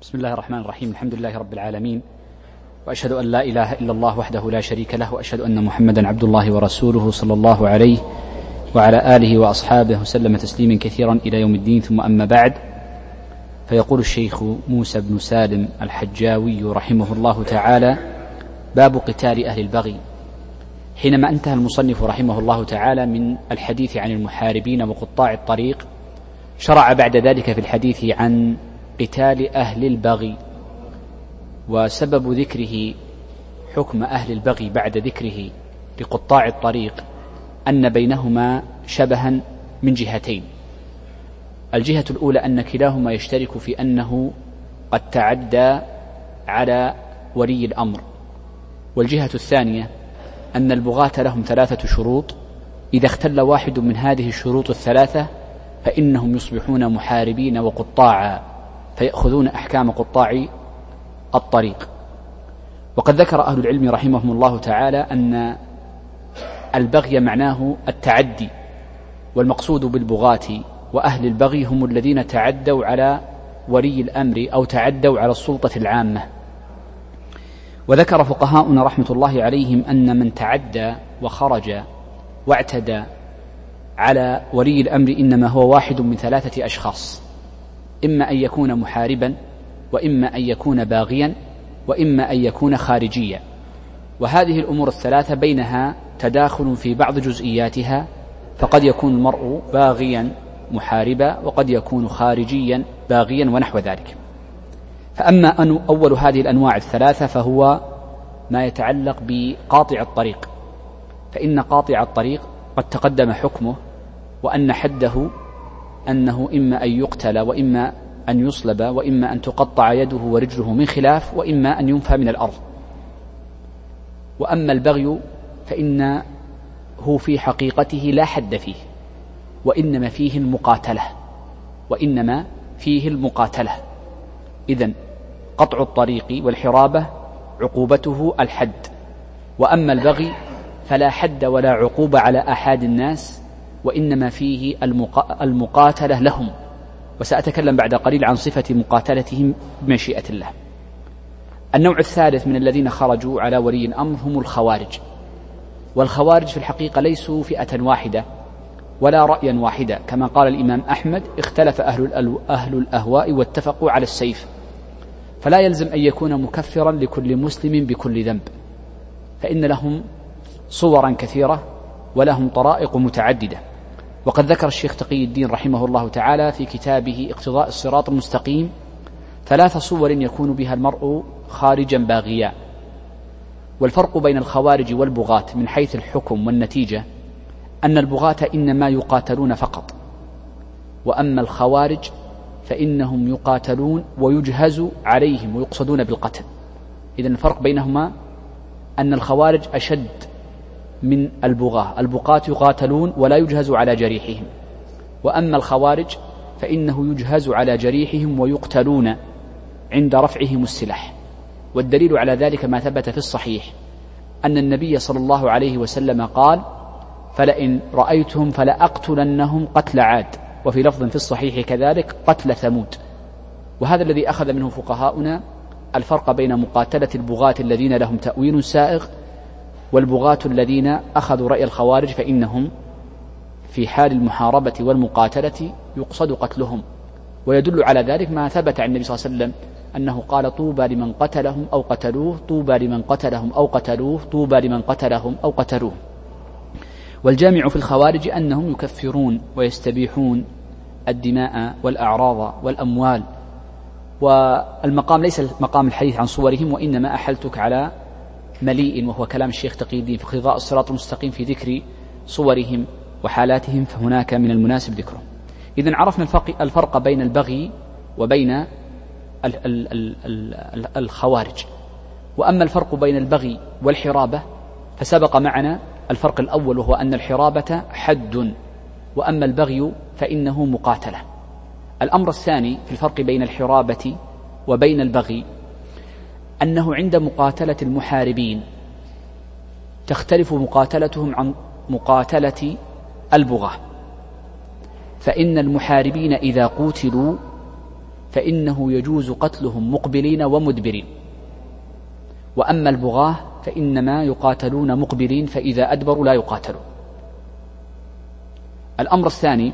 بسم الله الرحمن الرحيم. الحمد لله رب العالمين، وأشهد أن لا إله إلا الله وحده لا شريك له، وأشهد أن محمدا عبد الله ورسوله صلى الله عليه وعلى آله وأصحابه وسلم تسليما كثيرا إلى يوم الدين. ثم أما بعد، فيقول الشيخ موسى بن سالم الحجاوي رحمه الله تعالى: باب قتال أهل البغي. حينما انتهى المصنف رحمه الله تعالى من الحديث عن المحاربين وقطاع الطريق، شرع بعد ذلك في الحديث عن قتال أهل البغي. وسبب ذكره حكم أهل البغي بعد ذكره لقطاع الطريق أن بينهما شبها من جهتين. الجهة الأولى أن كلاهما يشترك في أنه قد تعدى على ولي الأمر، والجهة الثانية أن البغاة لهم 3 شروط، إذا اختل واحد من هذه الشروط الثلاثة فإنهم يصبحون محاربين وقطاعا، فيأخذون أحكام قطاع الطريق. وقد ذكر أهل العلم رحمهم الله تعالى أن البغي معناه التعدي، والمقصود بالبغاة وأهل البغي هم الذين تعدوا على ولي الأمر أو تعدوا على السلطة العامة. وذكر فقهاؤنا رحمة الله عليهم أن من تعدى وخرج واعتدى على ولي الأمر إنما هو واحد من 3 أشخاص: إما أن يكون محاربا، وإما أن يكون باغيا، وإما أن يكون خارجيا. وهذه الأمور الثلاثة بينها تداخل في بعض جزئياتها، فقد يكون المرء باغيا محاربا، وقد يكون خارجيا باغيا، ونحو ذلك. فأما أول هذه الأنواع الثلاثة فهو ما يتعلق بقاطع الطريق، فإن قاطع الطريق قد تقدم حكمه، وأن حده أنه إما أن يقتل، وإما أن يصلب، وإما أن تقطع يده ورجله من خلاف، وإما أن ينفى من الأرض. وأما البغي فإنه في حقيقته لا حد فيه، وإنما فيه المقاتلة. إذن قطع الطريق والحرابة عقوبته الحد، وأما البغي فلا حد ولا عقوبة على أحد الناس، وإنما فيه المقاتلة لهم. وسأتكلم بعد قليل عن صفة مقاتلتهم بمشيئة الله. النوع الثالث من الذين خرجوا على ولي الأمر هم الخوارج. والخوارج في الحقيقة ليسوا فئة واحدة ولا رأيا واحدا، كما قال الإمام أحمد: اختلف أهل الأهواء واتفقوا على السيف. فلا يلزم أن يكون مكفرا لكل مسلم بكل ذنب، فإن لهم صورا كثيرة ولهم طرائق متعددة. وقد ذكر الشيخ تقي الدين رحمه الله تعالى في كتابه اقتضاء الصراط المستقيم 3 صور يكون بها المرء خارجا باغيا. والفرق بين الخوارج والبغاة من حيث الحكم والنتيجة أن البغاة إنما يقاتلون فقط، وأما الخوارج فإنهم يقاتلون ويجهز عليهم ويقصدون بالقتل. إذن الفرق بينهما أن الخوارج أشد من البغاة يقاتلون ولا يجهز على جريحهم، وأما الخوارج فإنه يجهز على جريحهم ويقتلون عند رفعهم السلاح. والدليل على ذلك ما ثبت في الصحيح أن النبي صلى الله عليه وسلم قال: فلئن رأيتهم فلأقتلنهم قتل عاد، وفي لفظ في الصحيح كذلك قتل ثمود. وهذا الذي أخذ منه فقهاؤنا الفرق بين مقاتلة البغاة الذين لهم تأويل سائغ والبغاة الذين أخذوا رأي الخوارج، فإنهم في حال المحاربة والمقاتلة يقصد قتلهم. ويدل على ذلك ما ثبت عن النبي صلى الله عليه وسلم أنه قال: طوبى لمن قتلهم أو قتلوه، طوبى لمن قتلهم أو قتلوه، طوبى لمن قتلهم أو قتلوه. والجامع في الخوارج أنهم يكفرون ويستبيحون الدماء والأعراض والأموال. والمقام ليس مقام الحديث عن صورهم، وإنما أحلتك على مليء، وهو كلام الشيخ تقي الدين في اقتضاء الصراط المستقيم في ذكر صورهم وحالاتهم، فهناك من المناسب ذكره. إذن عرفنا الفرق بين البغي وبين الخوارج. وأما الفرق بين البغي والحرابة فسبق معنا الفرق الأول، وهو أن الحرابة حد، وأما البغي فإنه مقاتلة. الأمر الثاني في الفرق بين الحرابة وبين البغي أنه عند مقاتلة المحاربين تختلف مقاتلتهم عن مقاتلة البغاة. فإن المحاربين إذا قوتلوا فإنه يجوز قتلهم مقبلين ومدبرين، وأما البغاة فإنما يقاتلون مقبلين، فإذا أدبروا لا يقاتلون. الأمر الثاني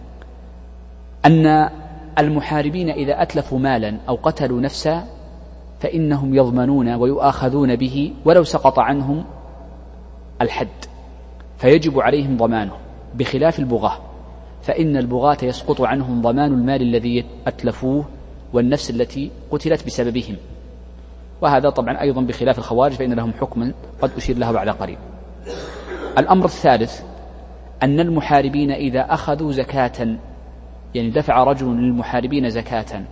أن المحاربين إذا أتلفوا مالا أو قتلوا نفسا فإنهم يضمنون ويؤاخذون به ولو سقط عنهم الحد، فيجب عليهم ضمانه، بخلاف البغاة، فإن البغاة يسقط عنهم ضمان المال الذي أتلفوه والنفس التي قتلت بسببهم، وهذا طبعا أيضا بخلاف الخوارج فإن لهم حكما قد أشير لها بعد قليل. الأمر الثالث أن المحاربين إذا أخذوا زكاة، يعني دفع رجل للمحاربين زكاة،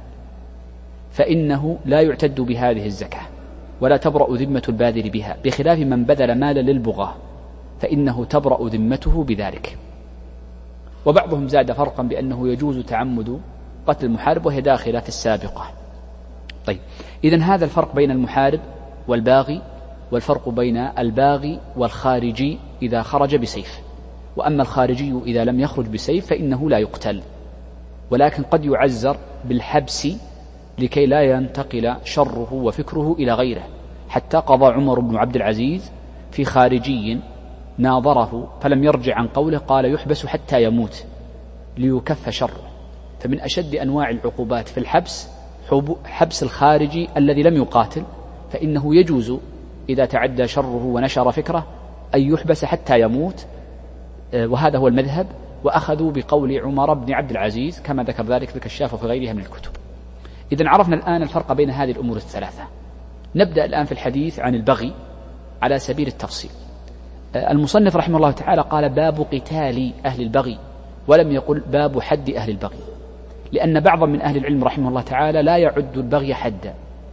فإنه لا يعتد بهذه الزكاة ولا تبرأ ذمة الباذل بها، بخلاف من بذل مالا للبغاة فإنه تبرأ ذمته بذلك. وبعضهم زاد فرقا بأنه يجوز تعمد قتل المحارب وهي داخلة في السابقة. طيب، إذن هذا الفرق بين المحارب والباغي، والفرق بين الباغي والخارجي إذا خرج بسيف. وأما الخارجي إذا لم يخرج بسيف فإنه لا يقتل، ولكن قد يعزر بالحبس لكي لا ينتقل شره وفكره إلى غيره، حتى قضى عمر بن عبد العزيز في خارجي ناظره فلم يرجع عن قوله، قال يحبس حتى يموت ليكف شره. فمن أشد أنواع العقوبات في الحبس حبس الخارجي الذي لم يقاتل، فإنه يجوز إذا تعدى شره ونشر فكره أن يحبس حتى يموت، وهذا هو المذهب، وأخذوا بقول عمر بن عبد العزيز كما ذكر ذلك في الكشاف وفي غيرها من الكتب. إذن عرفنا الآن الفرق بين هذه الأمور الثلاثة. نبدأ الآن في الحديث عن البغي على سبيل التفصيل. المصنف رحمه الله تعالى قال باب قتال أهل البغي، ولم يقل باب حد أهل البغي، لأن بعضا من أهل العلم رحمه الله تعالى لا يعد البغي حدا،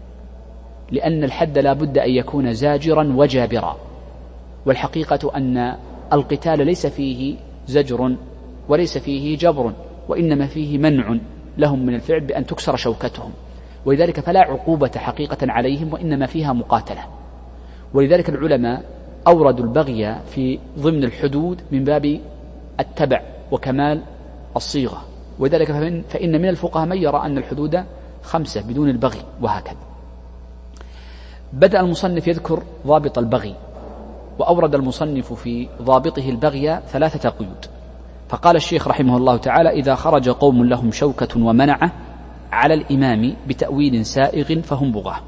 لأن الحد لا بد أن يكون زاجرا وجابرا، والحقيقة أن القتال ليس فيه زجر وليس فيه جبر، وإنما فيه منع لهم من الفعل بأن تكسر شوكتهم، ولذلك فلا عقوبة حقيقة عليهم، وإنما فيها مقاتلة. ولذلك العلماء أوردوا البغي في ضمن الحدود من باب التبع وكمال الصيغة، ولذلك فإن من الفقهاء من يرى أن الحدود 5 بدون البغي، وهكذا. بدأ المصنف يذكر ضابط البغي، وأورد المصنف في ضابطه البغي 3 قيود. فقال الشيخ رحمه الله تعالى إذا خرج قوم لهم شوكة ومنعة على الإمام بتأويل سائغ فهم بغاة.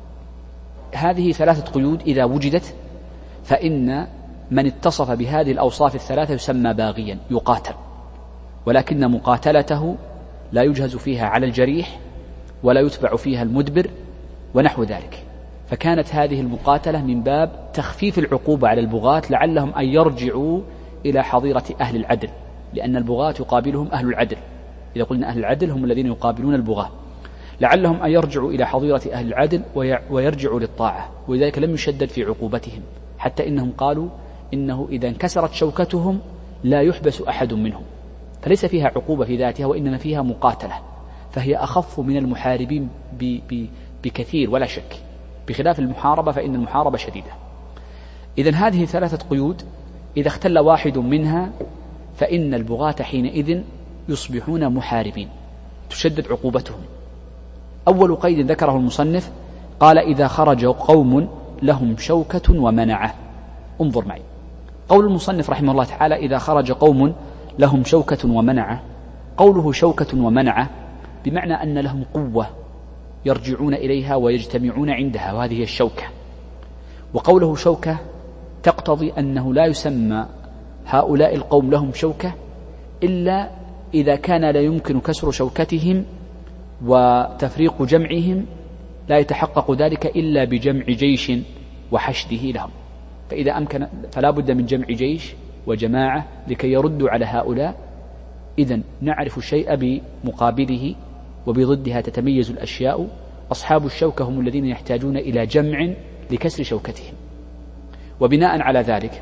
هذه 3 قيود إذا وجدت فإن من اتصف بهذه الأوصاف ال3 يسمى باغيا يقاتل، ولكن مقاتلته لا يجهز فيها على الجريح ولا يتبع فيها المدبر ونحو ذلك. فكانت هذه المقاتلة من باب تخفيف العقوبة على البغاة لعلهم أن يرجعوا إلى حظيرة أهل العدل، لأن البغاة يقابلهم أهل العدل، إذا قلنا أهل العدل هم الذين يقابلون البغاة، لعلهم أن يرجعوا إلى حظيرة أهل العدل ويرجعوا للطاعة، ولذلك لم يشدد في عقوبتهم، حتى إنهم قالوا إنه إذا انكسرت شوكتهم لا يحبس أحد منهم، فليس فيها عقوبة في ذاتها وإنما فيها مقاتلة، فهي أخف من المحاربين بكثير ولا شك، بخلاف المحاربة فإن المحاربة شديدة. إذن هذه 3 قيود إذا اختل واحد منها فإن البغاة حينئذ يصبحون محاربين تشدد عقوبتهم. أول قيد ذكره المصنف قال إذا خرج قوم لهم شوكة ومنعة. انظر معي قول المصنف رحمه الله تعالى إذا خرج قوم لهم شوكة ومنعة، قوله شوكة ومنعة بمعنى أن لهم قوة يرجعون إليها ويجتمعون عندها، وهذه هي الشوكة. وقوله شوكة تقتضي أنه لا يسمى هؤلاء القوم لهم شوكة إلا إذا كان لا يمكن كسر شوكتهم وتفريق جمعهم، لا يتحقق ذلك إلا بجمع جيش وحشده لهم، فإذا أمكن فلا بد من جمع جيش وجماعة لكي يردوا على هؤلاء. إذن نعرف الشيء بمقابله وبضدها تتميز الأشياء. أصحاب الشوكة هم الذين يحتاجون إلى جمع لكسر شوكتهم. وبناء على ذلك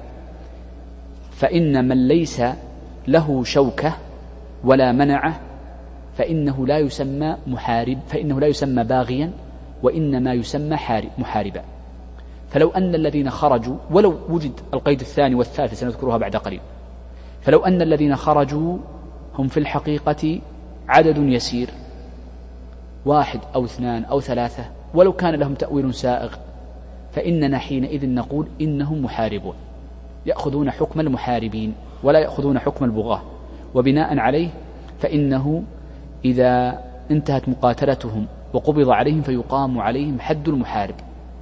فإن من ليس له شوكة ولا منعه فإنه لا يسمى محارب، فإنه لا يسمى باغيا وإنما يسمى محاربا. فلو أن الذين خرجوا، ولو وجد القيد الثاني والثالث سنذكرها بعد قليل، فلو أن الذين خرجوا هم في الحقيقة عدد يسير واحد أو اثنان أو ثلاثة ولو كان لهم تأويل سائغ فإننا حينئذ نقول إنهم محاربون، يأخذون حكم المحاربين ولا يأخذون حكم البغاة، وبناء عليه فإنه إذا انتهت مقاتلتهم وقبض عليهم فيقام عليهم حد المحارب.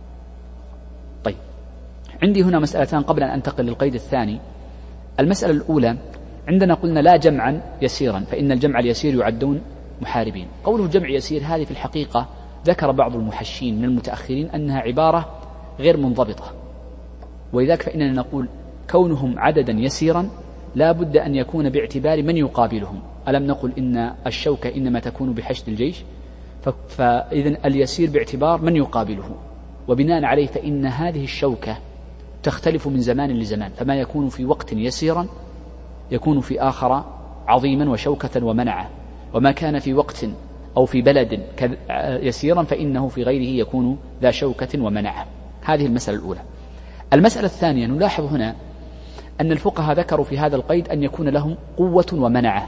طيب، عندي هنا مسألتان قبل أن أنتقل للقيد الثاني. المسألة الأولى، عندنا قلنا لا جمعا يسيرا، فإن الجمع اليسير يعدون محاربين. قوله جمع يسير هذه في الحقيقة ذكر بعض المحشين من المتأخرين أنها عبارة غير منضبطة، ولذلك فإننا نقول كونهم عددا يسيرا لا بد أن يكون باعتبار من يقابلهم. ألم نقل إن الشوكة إنما تكون بحشد الجيش، فإذن اليسير باعتبار من يقابله، وبناء عليه فإن هذه الشوكة تختلف من زمان لزمان، فما يكون في وقت يسيرا يكون في آخر عظيما وشوكة ومنعة، وما كان في وقت أو في بلد يسيرا فإنه في غيره يكون ذا شوكة ومنعة. هذه المسألة الأولى. المسألة الثانية، نلاحظ هنا أن الفقهاء ذكروا في هذا القيد أن يكون لهم قوة ومنعة،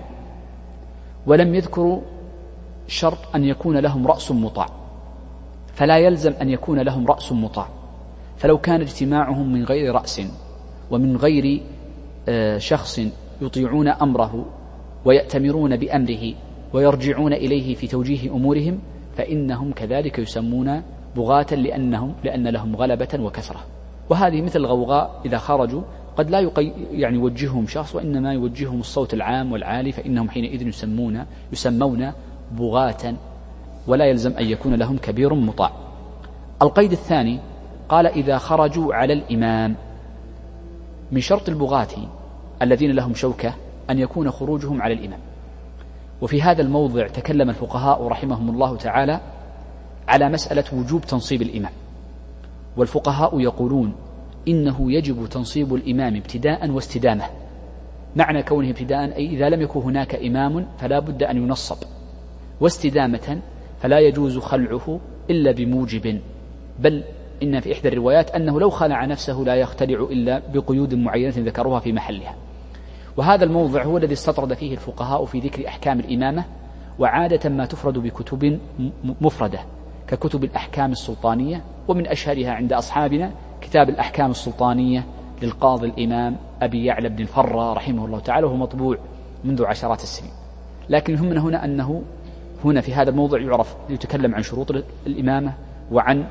ولم يذكروا شرط أن يكون لهم رأس مطاع، فلا يلزم أن يكون لهم رأس مطاع. فلو كان اجتماعهم من غير رأس ومن غير شخص يطيعون أمره ويأتمرون بأمره ويرجعون إليه في توجيه أمورهم فإنهم كذلك يسمون بغاة لأن لهم غلبة وكثرة. وهذه مثل الغوغاء إذا خرجوا قد لا يعني يوجههم شخص، وإنما يوجههم الصوت العام والعالي، فإنهم حينئذ يسمون بغاة، ولا يلزم أن يكون لهم كبير مطاع. القيد الثاني قال إذا خرجوا على الإمام. من شرط البغاة الذين لهم شوكة أن يكون خروجهم على الإمام. وفي هذا الموضع تكلم الفقهاء رحمهم الله تعالى على مسألة وجوب تنصيب الإمام، والفقهاء يقولون إنه يجب تنصيب الإمام ابتداء واستدامة. معنى كونه ابتداء أي إذا لم يكن هناك إمام فلا بد أن ينصب، واستدامة فلا يجوز خلعه إلا بموجب، بل إن في إحدى الروايات أنه لو خلع نفسه لا يختلع إلا بقيود معينة ذكروها في محلها. وهذا الموضع هو الذي استطرد فيه الفقهاء في ذكر أحكام الإمامة، وعادة ما تفرد بكتب مفردة ككتب الأحكام السلطانية، ومن أشهرها عند أصحابنا كتاب الأحكام السلطانية للقاضي الإمام أبي يعلى بن الفرة رحمه الله تعالى، وهو مطبوع منذ عشرات السنين. لكن يهمنا هنا أنه هنا في هذا الموضع يتكلم عن شروط الإمامة وعن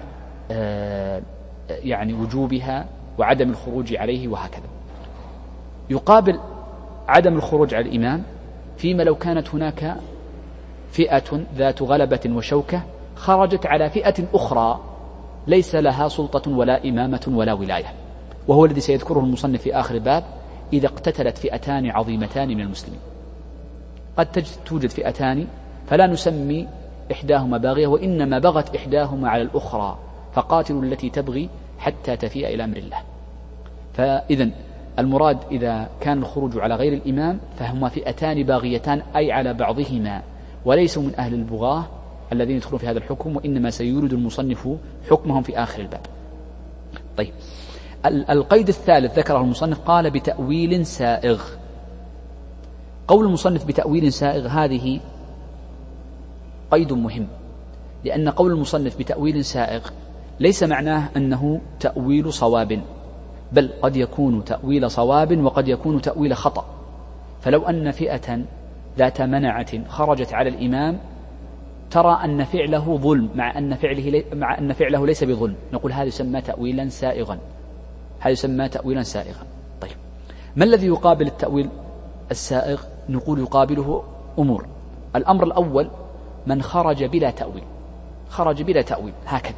يعني وجوبها وعدم الخروج عليه وهكذا. يقابل عدم الخروج على الإمام فيما لو كانت هناك فئة ذات غلبة وشوكة خرجت على فئة أخرى ليس لها سلطة ولا إمامة ولا ولاية، وهو الذي سيذكره المصنف في آخر الباب. إذا اقتتلت فئتان عظيمتان من المسلمين، قد توجد فئتان فلا نسمي إحداهما باغية، وإنما بغت إحداهما على الأخرى، فقاتلوا التي تبغي حتى تفيء إلى أمر الله. فإذن المراد إذا كان الخروج على غير الإمام فهما فئتان باغيتان، أي على بعضهما، وليسوا من أهل البغاة الذين يدخلون في هذا الحكم، وإنما سيورد المصنف حكمهم في آخر الباب. طيب، القيد الثالث ذكره المصنف قال بتأويل سائغ. قول المصنف بتأويل سائغ هذه قيد مهم، لأن قول المصنف بتأويل سائغ ليس معناه أنه تأويل صواب، بل قد يكون تأويل صواب وقد يكون تأويل خطأ. فلو أن فئة ذات منعة خرجت على الإمام ترى أن فعله ظلم مع أن فعله ليس بظلم، نقول هذا يسمى تأويلا سائغا، هذا يسمى تأويلا سائغا. طيب، ما الذي يقابل التأويل السائغ؟ نقول يقابله أمور. الأمر الأول من خرج بلا تأويل، خرج بلا تأويل هكذا،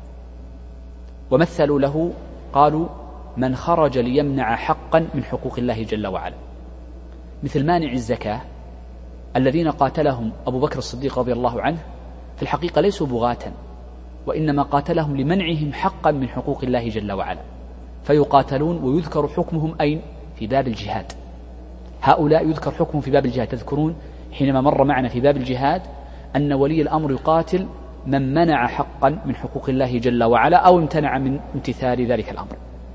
ومثلوا له قالوا من خرج ليمنع حقا من حقوق الله جل وعلا، مثل مانع الزكاة الذين قاتلهم أبو بكر الصديق رضي الله عنه في الحقيقة ليسوا بغاة، وإنما قاتلهم لمنعهم حقا من حقوق الله جل وعلا، فيقاتلون ويذكر حكمهم أين؟ في باب الجهاد. هؤلاء يذكر حكمهم في باب الجهاد. تذكرون حينما مر معنا في باب الجهاد أن ولي الأمر يقاتل من منع حقا من حقوق الله جل وعلا أو امتنع من امتثال ذلك الأمر.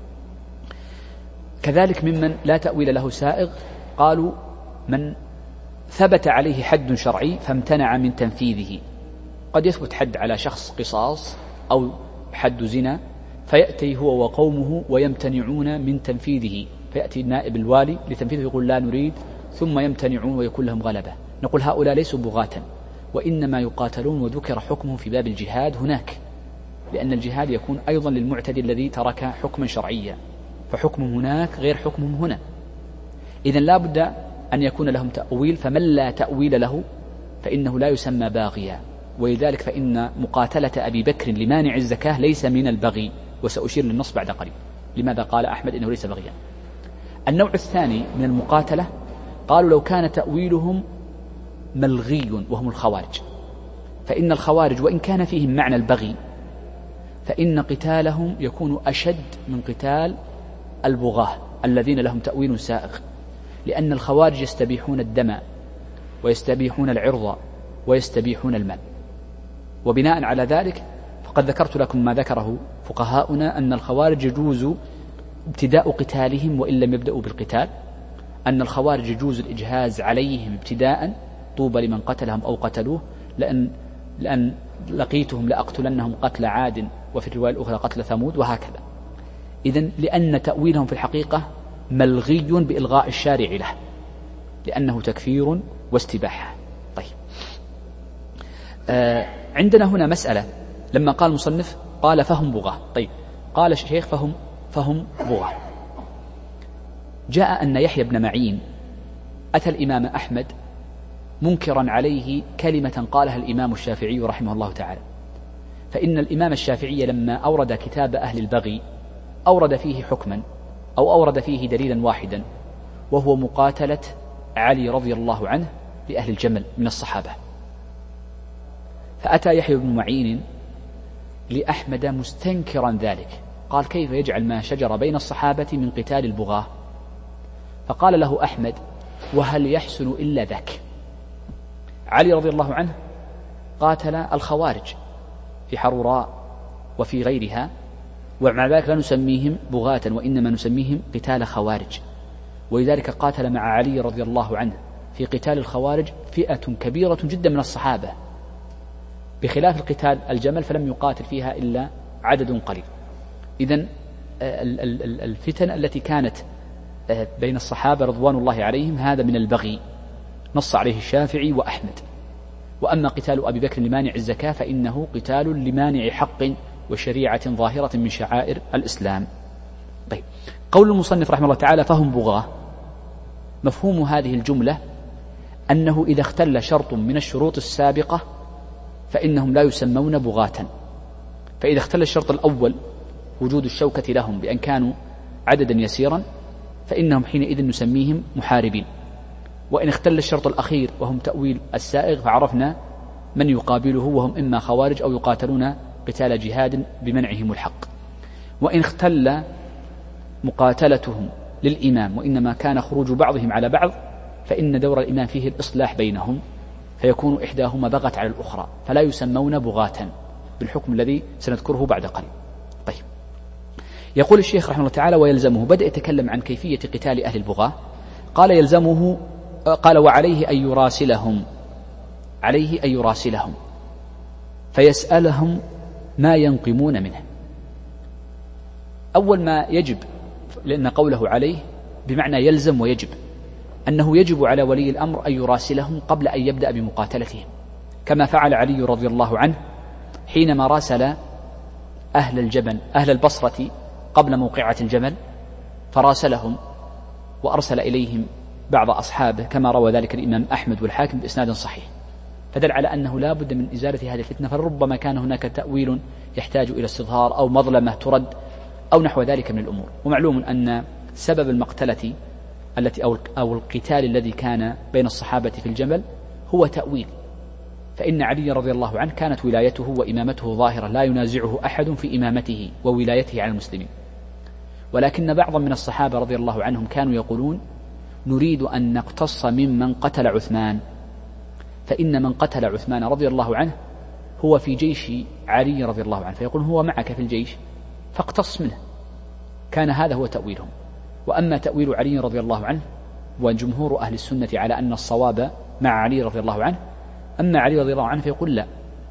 كذلك ممن لا تأويل له سائغ قالوا من ثبت عليه حد شرعي فامتنع من تنفيذه، قد يثبت حد على شخص قصاص أو حد زنا، فيأتي هو وقومه ويمتنعون من تنفيذه، فيأتي نائب الوالي لتنفيذه يقول لا نريد، ثم يمتنعون ويكون لهم غلبة. نقول هؤلاء ليسوا بغاة، وإنما يقاتلون، وذكر حكمهم في باب الجهاد هناك، لأن الجهاد يكون أيضا للمعتدي الذي ترك حكما شرعيا، فحكمهم هناك غير حكمهم هنا. إذن لا بد أن يكون لهم تأويل، فمن لا تأويل له فإنه لا يسمى باغيا. ولذلك فإن مقاتلة أبي بكر لمانع الزكاة ليس من البغي، وسأشير للنص بعد قليل لماذا قال أحمد إنه ليس بغيا. النوع الثاني من المقاتلة قالوا لو كان تأويلهم ملغي، وهم الخوارج، فإن الخوارج وإن كان فيهم معنى البغي فإن قتالهم يكون أشد من قتال البغاة الذين لهم تأويل سائغ، لأن الخوارج يستبيحون الدم ويستبيحون العرض ويستبيحون المال. وبناء على ذلك فقد ذكرت لكم ما ذكره فقهاؤنا أن الخوارج يجوز ابتداء قتالهم وإن لم يبدأوا بالقتال، أن الخوارج يجوز الإجهاز عليهم ابتداء، طوبى لمن قتلهم أو قتلوه، لأن لقيتهم لأقتلنهم قتل عاد، وفي الرواية الأخرى قتل ثمود، وهكذا. إذن لأن تأويلهم في الحقيقة ملغي بإلغاء الشارع له، لأنه تكفير واستباحة. طيب، عندنا هنا مسألة، لما قال المصنف قال فهم بغاة، طيب قال الشيخ فهم بغاة، جاء أن يحيى بن معين أتى الإمام أحمد منكرا عليه كلمة قالها الإمام الشافعي رحمه الله تعالى، فإن الإمام الشافعي لما أورد كتاب أهل البغي أورد فيه حكما أو أورد فيه دليلا واحدا، وهو مقاتلة علي رضي الله عنه لأهل الجمل من الصحابة. فأتى يحيى بن معين لأحمد مستنكرا ذلك، قال كيف يجعل ما شجر بين الصحابة من قتال البغاة؟ فقال له أحمد وهل يحسن إلا ذاك؟ علي رضي الله عنه قاتل الخوارج في حروراء وفي غيرها، ومع ذلك لا نسميهم بغاة وإنما نسميهم قتال خوارج، ولذلك قاتل مع علي رضي الله عنه في قتال الخوارج فئة كبيرة جدا من الصحابة، بخلاف القتال الجمل فلم يقاتل فيها إلا عدد قليل. إذن الفتن التي كانت بين الصحابة رضوان الله عليهم هذا من البغي، نص عليه الشافعي وأحمد. وأما قتال أبي بكر لمانع الزكاة فإنه قتال لمانع حق وشريعة ظاهرة من شعائر الإسلام. طيب، قول المصنف رحمه الله تعالى فهم بغاة، مفهوم هذه الجملة أنه إذا اختل شرط من الشروط السابقة فإنهم لا يسمون بغاة. فإذا اختل الشرط الأول وجود الشوكة لهم بأن كانوا عددا يسيرا فإنهم حينئذ نسميهم محاربين، وإن اختل الشرط الأخير وهم تأويل السائغ فعرفنا من يقابله، وهم إما خوارج أو يقاتلون قتال جهاد بمنعهم الحق. وإن اختل مقاتلتهم للإمام وإنما كان خروج بعضهم على بعض فإن دور الإمام فيه الإصلاح بينهم، فيكون إحداهما بغت على الأخرى، فلا يسمون بغاة بالحكم الذي سنذكره بعد قليل. طيب، يقول الشيخ رحمه الله تعالى ويلزمه، بدأ يتكلم عن كيفية قتال أهل البغاة، قال يلزمه، قال وعليه أن يراسلهم، عليه أن يراسلهم فيسألهم ما ينقمون منه. أول ما يجب، لأن قوله عليه بمعنى يلزم ويجب، أنه يجب على ولي الأمر أن يراسلهم قبل أن يبدأ بمقاتلتهم، كما فعل علي رضي الله عنه حينما راسل أهل الجبل أهل البصرة قبل موقعة الجمل، فراسلهم وأرسل إليهم بعض أصحابه كما روى ذلك الإمام أحمد والحاكم بإسناد صحيح، فدل على أنه لا بد من إزالة هذه الفتنة، فربما كان هناك تأويل يحتاج إلى استظهار أو مظلمة ترد أو نحو ذلك من الأمور. ومعلوم أن سبب المقتلة التي أو القتال الذي كان بين الصحابة في الجمل هو تأويل، فإن علي رضي الله عنه كانت ولايته وإمامته ظاهرة لا ينازعه أحد في إمامته وولايته على المسلمين، ولكن بعضا من الصحابة رضي الله عنهم كانوا يقولون نريد أن نقتص ممن قتل عثمان، فإن من قتل عثمان رضي الله عنه هو في جيش علي رضي الله عنه، فيقول هو معك في الجيش فاقتص منه. كان هذا هو تأويلهم. وأما تأويل علي رضي الله عنه وجمهور أهل السنة على أن الصواب مع علي رضي الله عنه، أما علي رضي الله عنه فيقول لا،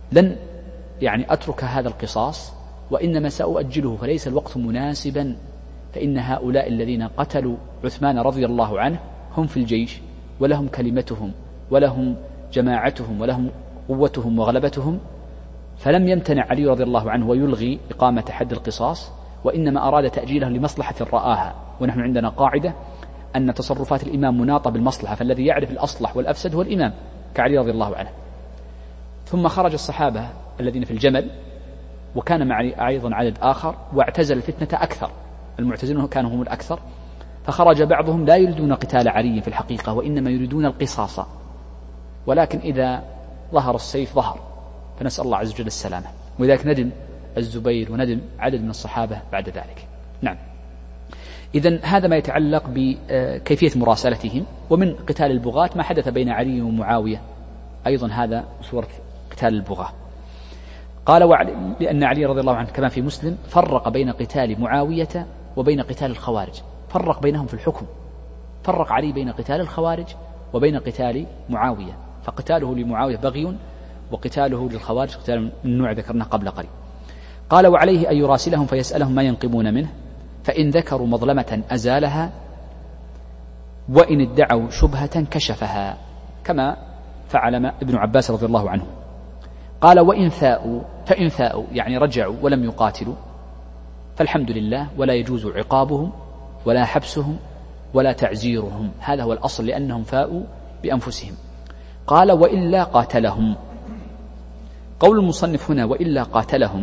لن يعني أترك هذا القصاص، وإنما سأؤجله، فليس الوقت مناسبا، فإن هؤلاء الذين قتلوا عثمان رضي الله عنه هم في الجيش، ولهم كلمتهم، ولهم جماعتهم، ولهم قوتهم وغلبتهم، فلم يمتنع علي رضي الله عنه ويلغي إقامة حد القصاص، وإنما أراد تأجيله لمصلحة رآها. ونحن عندنا قاعدة أن تصرفات الإمام مناطة بالمصلحة، فالذي يعرف الأصلح والأفسد هو الإمام كعلي رضي الله عنه. ثم خرج الصحابة الذين في الجمل، وكان مع أيضا عدد آخر، واعتزل الفتنة أكثر، المعتزلون كانوا هم الأكثر، فخرج بعضهم لا يريدون قتال علي في الحقيقة، وإنما يريدون القصاص، ولكن إذا ظهر السيف ظهر، فنسأل الله عز وجل السلامة. ولذلك ندم الزبير وندم عدد من الصحابة بعد ذلك. نعم. إذن هذا ما يتعلق بكيفية مراسلتهم. ومن قتال البغاة ما حدث بين علي ومعاوية، أيضا هذا سورة قتال البغاة. قال لأن علي رضي الله عنه كما في مسلم فرق بين قتال معاوية وبين قتال الخوارج، فرق بينهم في الحكم، فرق علي بين قتال الخوارج وبين قتال معاوية، فقتاله لمعاوية بغي، وقتاله للخوارج قتال من النوع ذكرناه قبل قليل. قال وعليه أن يراسلهم فيسألهم ما ينقمون منه، فإن ذكروا مظلمة أزالها، وإن ادعوا شبهة كشفها، كما فعل ابن عباس رضي الله عنه. قال فإن فاءوا يعني رجعوا ولم يقاتلوا فالحمد لله، ولا يجوز عقابهم ولا حبسهم ولا تعزيرهم، هذا هو الأصل، لأنهم فاءوا بأنفسهم. قال وإلا قاتلهم. قول المصنف هنا وإلا قاتلهم،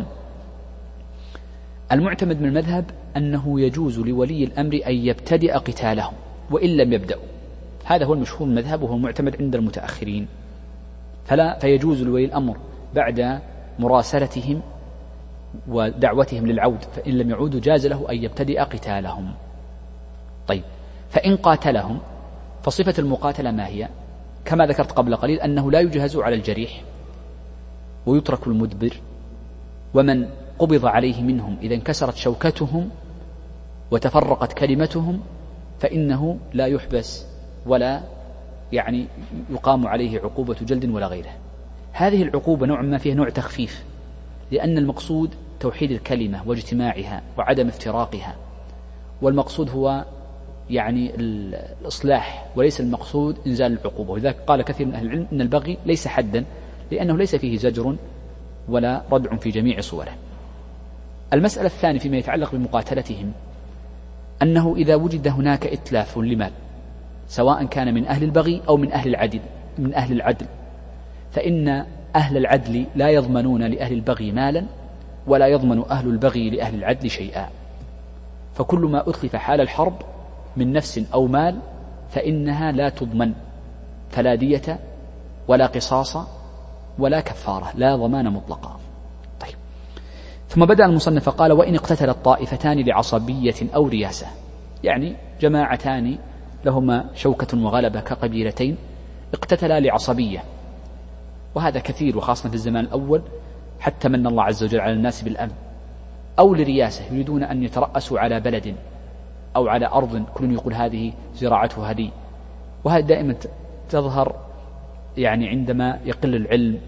المعتمد من المذهب أنه يجوز لولي الأمر أن يبتدئ قتالهم وإن لم يبدأوا، هذا هو المشهور المذهب وهو المعتمد عند المتأخرين. فيجوز لولي الأمر بعد مراسلتهم ودعوتهم للعود، فإن لم يعودوا جاز له أن يبتدئ قتالهم. طيب، فإن قاتلهم فصفة المقاتلة ما هي؟ كما ذكرت قبل قليل أنه لا يجهز على الجريح ويترك المدبر، ومن قبض عليه منهم إذا انكسرت شوكتهم وتفرقت كلمتهم فإنه لا يحبس ولا يعني يقام عليه عقوبة جلد ولا غيره. هذه العقوبة نوع ما فيها نوع تخفيف، لأن المقصود توحيد الكلمة واجتماعها وعدم افتراقها، والمقصود هو يعني الإصلاح وليس المقصود إنزال العقوبة. ولذلك قال كثير من أهل العلم إن البغي ليس حدا، لأنه ليس فيه زجر ولا ردع في جميع صوره. المسألة الثانية فيما يتعلق بمقاتلتهم أنه إذا وجد هناك إتلاف لمال، سواء كان من أهل البغي أو من أهل العدل، فإن أهل العدل لا يضمنون لأهل البغي مالا، ولا يضمن أهل البغي لأهل العدل شيئا. فكل ما أتلف حال الحرب من نفس أو مال فإنها لا تضمن، فلا دية ولا قصاص ولا كفارة، لا ضمان مطلقا. طيب، ثم بدأ المصنف قال وإن اقتتل الطائفتان لعصبية أو رياسة، يعني جماعتان لهما شوكة وغلبة كقبيلتين اقتتلا لعصبية، وهذا كثير وخاصة في الزمان الأول، حتى من الله عز وجل على الناس بالأمن، أو لرياسة يريدون أن يترأسوا على بلد أو على أرض كل يقول هذه زراعته هذه، وهذا دائما تظهر يعني عندما يقل العلم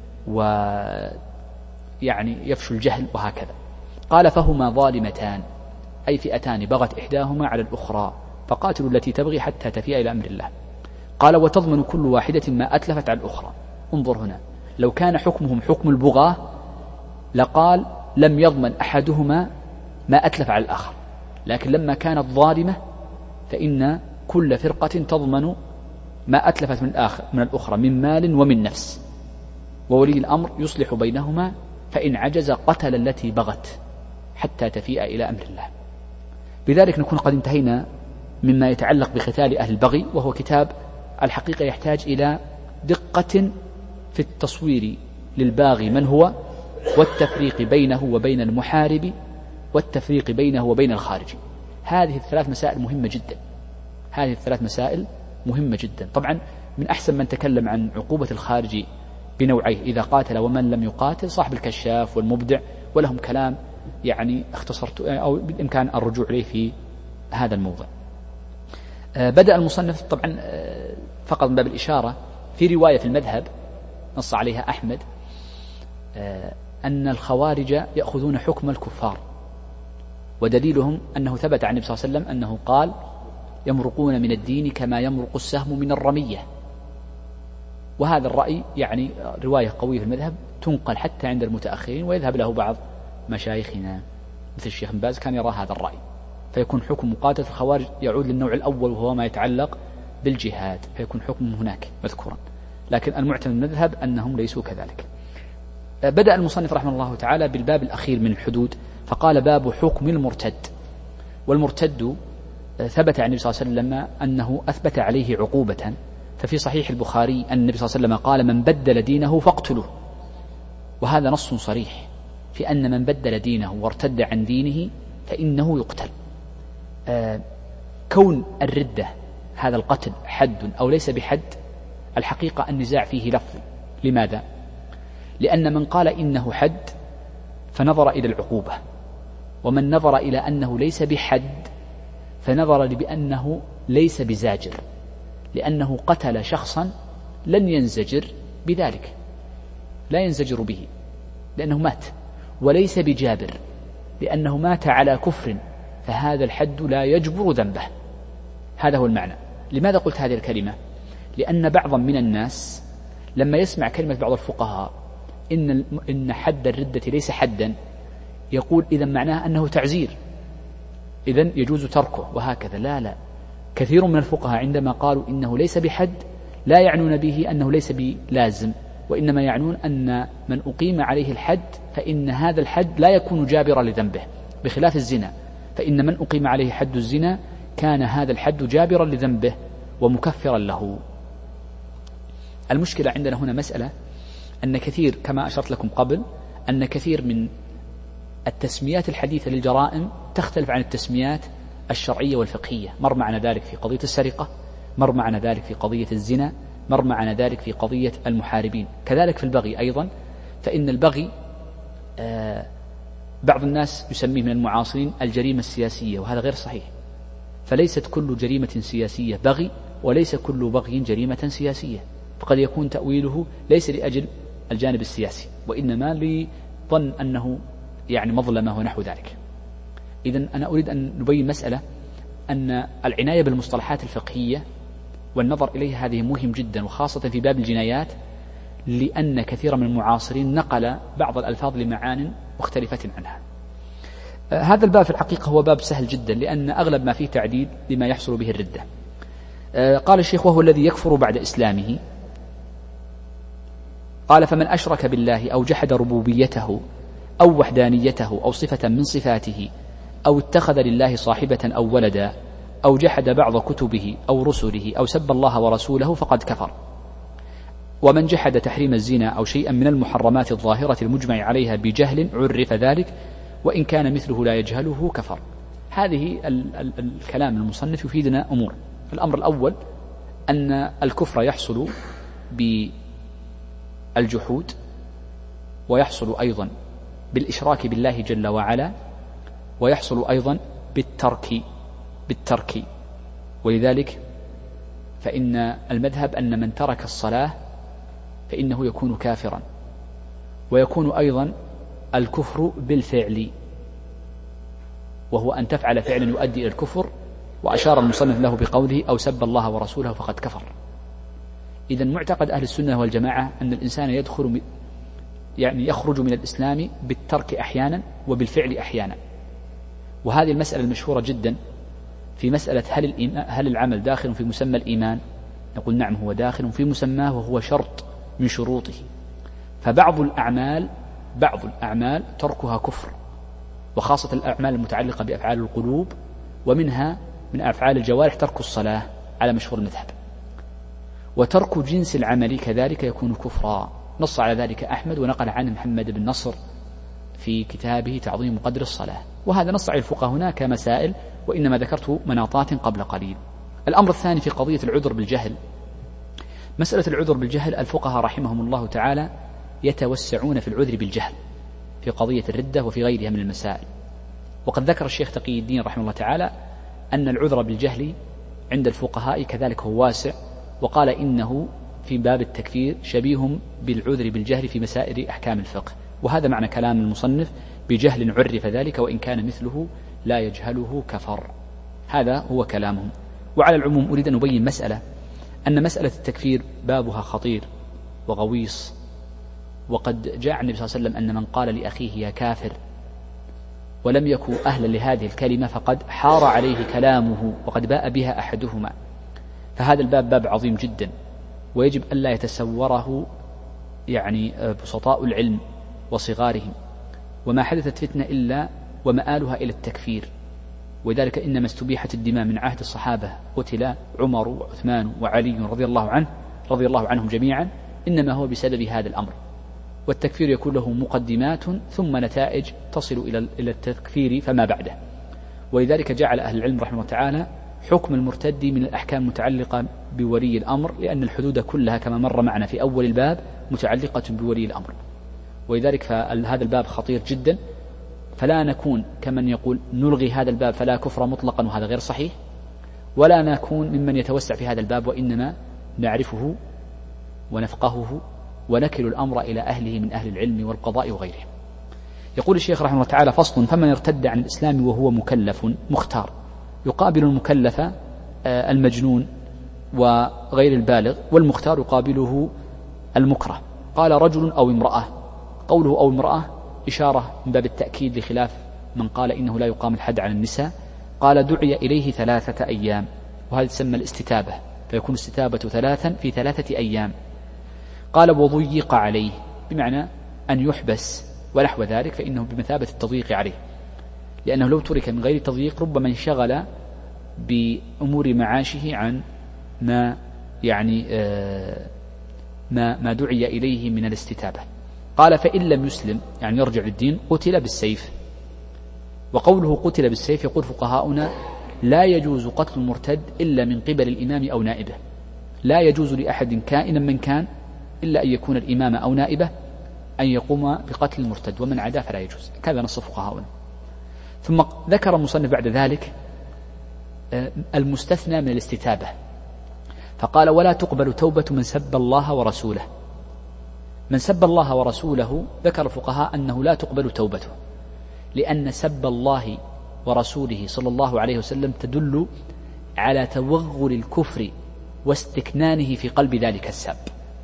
ويعني يفشو الجهل وهكذا. قال فهما ظالمتان، أي فئتان بغت إحداهما على الأخرى، فقاتلوا التي تبغي حتى تفيء إلى أمر الله. قال وتضمن كل واحدة ما أتلفت على الأخرى. انظر هنا، لو كان حكمهم حكم البغاة لقال لم يضمن أحدهما ما أتلف على الآخر، لكن لما كانت ظالمة فإن كل فرقة تضمن ما أتلفت من الأخرى من مال ومن نفس، وولي الأمر يصلح بينهما، فإن عجز قتل التي بغت حتى تفيء إلى أمر الله. بذلك نكون قد انتهينا مما يتعلق بقتال أهل البغي، وهو كتاب الحقيقة يحتاج إلى دقة في التصوير للباغي من هو، والتفريق بينه وبين المحارب، والتفريق بينه وبين الخارج. هذه الثلاث مسائل مهمة جدا، هذه الثلاث مسائل مهمة جدا. طبعا من أحسن من تكلم عن عقوبة الخارج بنوعيه، إذا قاتل ومن لم يقاتل، صاحب الكشاف والمبدع، ولهم كلام يعني اختصرت أو بالإمكان الرجوع إليه في هذا الموضوع. بدأ المصنف طبعا فقط من باب الإشارة في رواية في المذهب نص عليها أحمد، أن الخوارج يأخذون حكم الكفار، ودليلهم أنه ثبت عن النبي صلى الله عليه وسلم أنه قال: يمرقون من الدين كما يمرق السهم من الرمية. وهذا الرأي يعني رواية قوية في المذهب تنقل حتى عند المتأخرين، ويذهب له بعض مشايخنا مثل الشيخ بن باز كان يرى هذا الرأي، فيكون حكم مقاتلة الخوارج يعود للنوع الأول وهو ما يتعلق بالجهاد، فيكون حكم هناك مذكورا. لكن المعتمد المذهب أنهم ليسوا كذلك. بدأ المصنف رحمه الله تعالى بالباب الأخير من الحدود، فقال: باب حكم المرتد. والمرتد ثبت عن النبي صلى الله عليه وسلم أنه أثبت عليه عقوبة، ففي صحيح البخاري أن النبي صلى الله عليه وسلم قال: من بدل دينه فاقتلوه. وهذا نص صريح في أن من بدل دينه وارتد عن دينه فإنه يقتل. كون الردة هذا القتل حد أو ليس بحد، الحقيقة النزاع فيه لفظ. لماذا؟ لأن من قال إنه حد فنظر إلى العقوبة، ومن نظر إلى أنه ليس بحد فنظر بأنه ليس بزاجر، لأنه قتل شخصا لن ينزجر بذلك، لا ينزجر به لأنه مات، وليس بجابر لأنه مات على كفر، فهذا الحد لا يجبر ذنبه. هذا هو المعنى. لماذا قلت هذه الكلمة؟ لأن بعضا من الناس لما يسمع كلمة بعض الفقهاء إن حد الردة ليس حدا، يقول إذن معناه أنه تعزير، إذن يجوز تركه، وهكذا. لا، كثير من الفقهاء عندما قالوا إنه ليس بحد لا يعنون به أنه ليس بلازم، وإنما يعنون أن من أقيم عليه الحد فإن هذا الحد لا يكون جابرا لذنبه، بخلاف الزنا، فإن من أقيم عليه حد الزنا كان هذا الحد جابرا لذنبه ومكفرا له. المشكلة عندنا هنا مسألة أن كثير، كما أشرت لكم قبل، أن كثير من التسميات الحديثة للجرائم تختلف عن التسميات الشرعية والفقهية. مر معنا ذلك في قضية السرقة، مر معنا ذلك في قضية الزنا، مر معنا ذلك في قضية المحاربين، كذلك في البغي أيضا. فإن البغي بعض الناس يسميه من المعاصرين الجريمة السياسية، وهذا غير صحيح. فليست كل جريمة سياسية بغي، وليس كل بغي جريمة سياسية، فقد يكون تأويله ليس لأجل الجانب السياسي، وإنما لظن أنه يعني مظلمة ونحو ذلك. إذن أنا أريد أن نبين مسألة، أن العناية بالمصطلحات الفقهية والنظر إليها هذه مهم جدا، وخاصة في باب الجنايات، لأن كثير من المعاصرين نقل بعض الألفاظ لمعان مختلفة عنها. هذا الباب في الحقيقة هو باب سهل جدا، لأن أغلب ما فيه تعديل لما يحصل به الردة. قال الشيخ: وهو الذي يكفر بعد إسلامه. قال: فمن أشرك بالله أو جحد ربوبيته أو وحدانيته أو صفة من صفاته أو اتخذ لله صاحبة أو ولدا أو جحد بعض كتبه أو رسله أو سب الله ورسوله فقد كفر. ومن جحد تحريم الزنا أو شيئا من المحرمات الظاهرة المجمع عليها بجهل عرف ذلك، وإن كان مثله لا يجهله كفر. هذه الكلام المصنف يفيدنا أمور. الأمر الأول أن الكفر يحصل بالجحود، ويحصل أيضا بالإشراك بالله جل وعلا، ويحصل أيضا بالترك. ولذلك فإن المذهب أن من ترك الصلاة فإنه يكون كافرا، ويكون أيضا الكفر بالفعل، وهو أن تفعل فعلا يؤدي إلى الكفر، وأشار المصنف له بقوله: أو سب الله ورسوله فقد كفر. إذن معتقد أهل السنة والجماعة أن الإنسان يخرج من الإسلام بالترك أحيانا وبالفعل أحيانا. وهذه المسألة المشهورة جدا في مسألة هل العمل داخل في مسمى الإيمان؟ نقول نعم، هو داخل في مسماه، وهو شرط من شروطه. فبعض الأعمال تركها كفر، وخاصة الأعمال المتعلقة بأفعال القلوب، ومنها من أفعال الجوارح ترك الصلاة على مشهور المذهب. وترك جنس العمل كذلك يكون كفرا، نص على ذلك أحمد، ونقل عنه محمد بن نصر في كتابه تعظيم قدر الصلاة. وهذا نص على الفقهاء هناك مسائل، وإنما ذكرت مناطات قبل قليل. الأمر الثاني في قضية العذر بالجهل. مسألة العذر بالجهل، الفقهاء رحمهم الله تعالى يتوسعون في العذر بالجهل في قضية الردة وفي غيرها من المسائل. وقد ذكر الشيخ تقي الدين رحمه الله تعالى أن العذر بالجهل عند الفقهاء كذلك هو واسع، وقال إنه في باب التكفير شبيه بالعذر بالجهل في مسائل أحكام الفقه، وهذا معنى كلام المصنف: بجهل عرف ذلك وإن كان مثله لا يجهله كفر. هذا هو كلامهم. وعلى العموم أريد أن أبين مسألة، أن مسألة التكفير بابها خطير وغويص، وقد جاء النبي صلى الله عليه وسلم أن من قال لأخيه يا كافر ولم يكن أهلا لهذه الكلمة فقد حار عليه كلامه وقد باء بها أحدهما. فهذا الباب باب عظيم جدا، ويجب ألا يتسوره بسطاء العلم وصغارهم، وما حدثت فتنة إلا ومآلها إلى التكفير. ولذلك إنما استبيحت الدماء من عهد الصحابة، قتل عمر وعثمان وعلي رضي الله عنهم جميعا، إنما هو بسبب هذا الأمر. والتكفير يكون له مقدمات ثم نتائج تصل إلى التكفير فما بعده. ولذلك جعل أهل العلم رحمه الله تعالى حكم المرتد من الأحكام المتعلقة بولي الأمر، لأن الحدود كلها كما مر معنا في أول الباب متعلقة بولي الأمر. ولذلك فهذا الباب خطير جدا، فلا نكون كمن يقول نلغي هذا الباب فلا كفر مطلقا، وهذا غير صحيح، ولا نكون ممن يتوسع في هذا الباب، وإنما نعرفه ونفقهه ونكل الأمر إلى أهله من أهل العلم والقضاء وغيرهم. يقول الشيخ رحمه الله تعالى: فصل: فمن ارتد عن الإسلام وهو مكلف مختار. يقابل المكلف المجنون وغير البالغ، والمختار يقابله المكره. قال: رجل أو امرأة. قوله أو امرأة إشارة من باب التأكيد، لخلاف من قال إنه لا يقام الحد على النساء. قال: دعي إليه 3 أيام، وهذا تسمى الاستتابة، فيكون الاستتابة 3 في 3 أيام. قال: وضيق عليه، بمعنى أن يحبس ونحو ذلك، فإنه بمثابة التضييق عليه، لأنه لو ترك من غير تضييق ربما انشغل بأمور معاشه عن ما ما دعي إليه من الاستتابة. قال: فإن لم يسلم، يعني يرجع للدين، قتل بالسيف. وقوله قتل بالسيف يقول فقهاؤنا: لا يجوز قتل المرتد إلا من قبل الإمام أو نائبه. لا يجوز لأحد كائنا من كان إلا أن يكون الإمام أو نائبه أن يقوم بقتل المرتد، ومن عدا فلا يجوز. كذا نص فقهاؤنا. ثم ذكر المصنف بعد ذلك المستثنى من الاستتابة، فقال: ولا تقبل توبة من سب الله ورسوله. من سب الله ورسوله ذكر الفقهاء أنه لا تقبل توبته، لأن سب الله ورسوله صلى الله عليه وسلم تدل على توغل الكفر واستكنانه في قلب ذلك السب،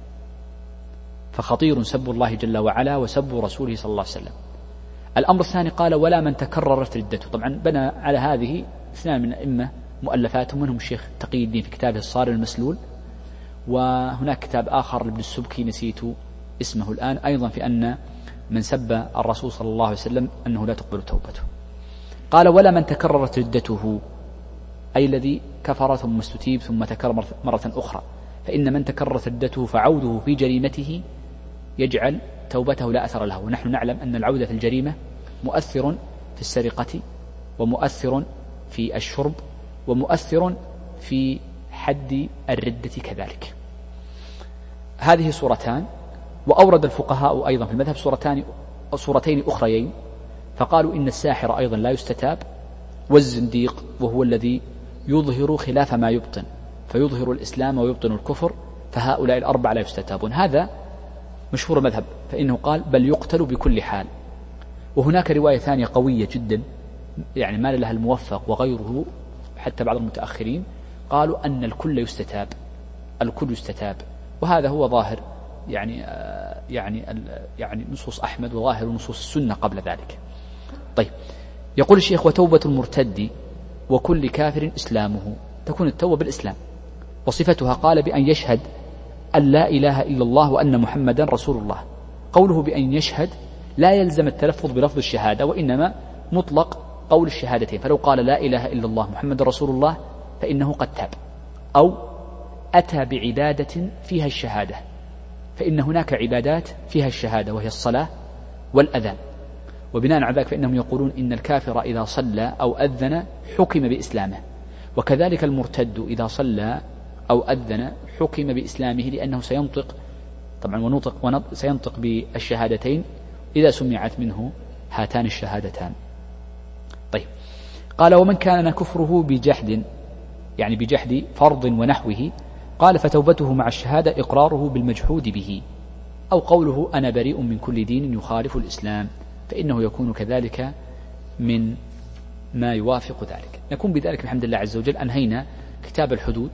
فخطير سب الله جل وعلا وسب رسوله صلى الله عليه وسلم. الأمر الثاني قال: ولا من تكررت ردته. طبعا بنى على هذه 2 من أئمة مؤلفاتهم، منهم الشيخ تقي الدين في كتابه الصارم المسلول، وهناك كتاب آخر لابن السبكي نسيت اسمه الآن، أيضا في أن من سب الرسول صلى الله عليه وسلم أنه لا تقبل توبته. قال: ولا من تكررت ردته، أي الذي كفر ثم استتيب ثم تكرر مرة أخرى، فإن من تكررت ردته فعوده في جريمته يجعل توبته لا أثر له. ونحن نعلم أن العودة في الجريمة مؤثر في السرقة، ومؤثر في الشرب، ومؤثر في حد الردة كذلك. هذه صورتان. وأورد الفقهاء أيضا في المذهب صورتين أخريين، فقالوا إن الساحر أيضا لا يستتاب، والزنديق وهو الذي يظهر خلاف ما يبطن، فيظهر الإسلام ويبطن الكفر، فهؤلاء الأربعة لا يستتابون. هذا مشهور المذهب، فإنه قال: بل يقتل بكل حال. وهناك رواية ثانية قوية جدا، يعني مال لها الموفق وغيره، حتى بعض المتأخرين قالوا أن الكل يستتاب، الكل يستتاب. وهذا هو ظاهر يعني نصوص أحمد وظاهر نصوص السنة قبل ذلك. طيب، يقول الشيخ: وتوبة المرتد وكل كافر إسلامه. تكون التوبة بالإسلام، وصفتها قال: بأن يشهد أن لا إله إلا الله وأن محمدا رسول الله. قوله بأن يشهد لا يلزم التلفظ بلفظ الشهادة، وإنما مطلق قول الشهادتين. فلو قال لا إله إلا الله محمد رسول الله فإنه قد تاب، أو أتى بعبادة فيها الشهادة، فإن هناك عبادات فيها الشهادة وهي الصلاة والأذان. وبناء على ذلك فإنهم يقولون إن الكافر إذا صلى أو أذن حكم بإسلامه، وكذلك المرتد إذا صلى أو أذن حكم بإسلامه، لأنه سينطق طبعا سينطق بالشهادتين إذا سمعت منه هاتان الشهادتان. طيب، قال: ومن كان كفره بجحد، يعني بجحد فرض ونحوه، قال: فتوبته مع الشهادة إقراره بالمجحود به. أو قوله أنا بريء من كل دين يخالف الإسلام، فإنه يكون كذلك من ما يوافق ذلك. نكون بذلك بحمد الله عز وجل أنهينا كتاب الحدود،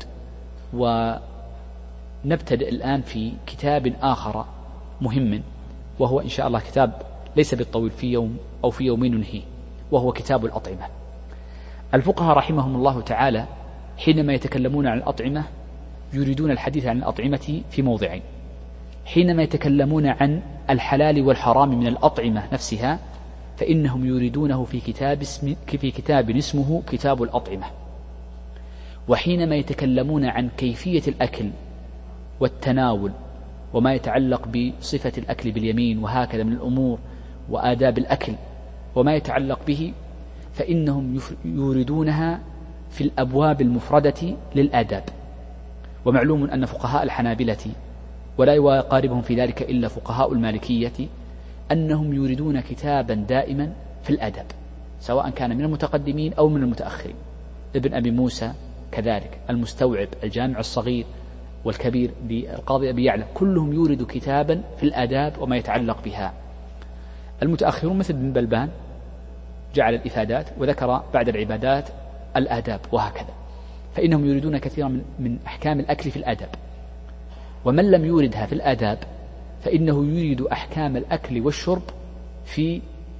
ونبتدئ الآن في كتاب آخر مهم، وهو إن شاء الله كتاب ليس بالطويل، في يوم أو في يومين ننهيه، وهو كتاب الأطعمة. الفقهاء رحمهم الله تعالى حينما يتكلمون عن الأطعمة يريدون الحديث عن الأطعمة في موضعين. حينما يتكلمون عن الحلال والحرام من الأطعمة نفسها فإنهم يريدونه في كتاب اسمه كتاب الأطعمة. وحينما يتكلمون عن كيفية الأكل والتناول وما يتعلق بصفة الأكل باليمين وهكذا من الأمور وآداب الأكل وما يتعلق به فإنهم يوردونها في الأبواب المفردة للآداب. ومعلوم أن فقهاء الحنابلة ولا يقاربهم في ذلك إلا فقهاء المالكية أنهم يريدون كتابا دائما في الآداب، سواء كان من المتقدمين أو من المتأخرين. ابن أبي موسى كذلك، المستوعب، الجامع الصغير والكبير للقاضي أبي يعلى، كلهم يورد كتابا في الآداب وما يتعلق بها. المتأخرون مثل ابن بلبان جعل الإفادات وذكر بعد العبادات الآداب وهكذا، فإنهم يريدون كثيرا من أحكام الأكل في الآداب. ومن لم يوردها في الآداب فإنه يريد أحكام الأكل والشرب في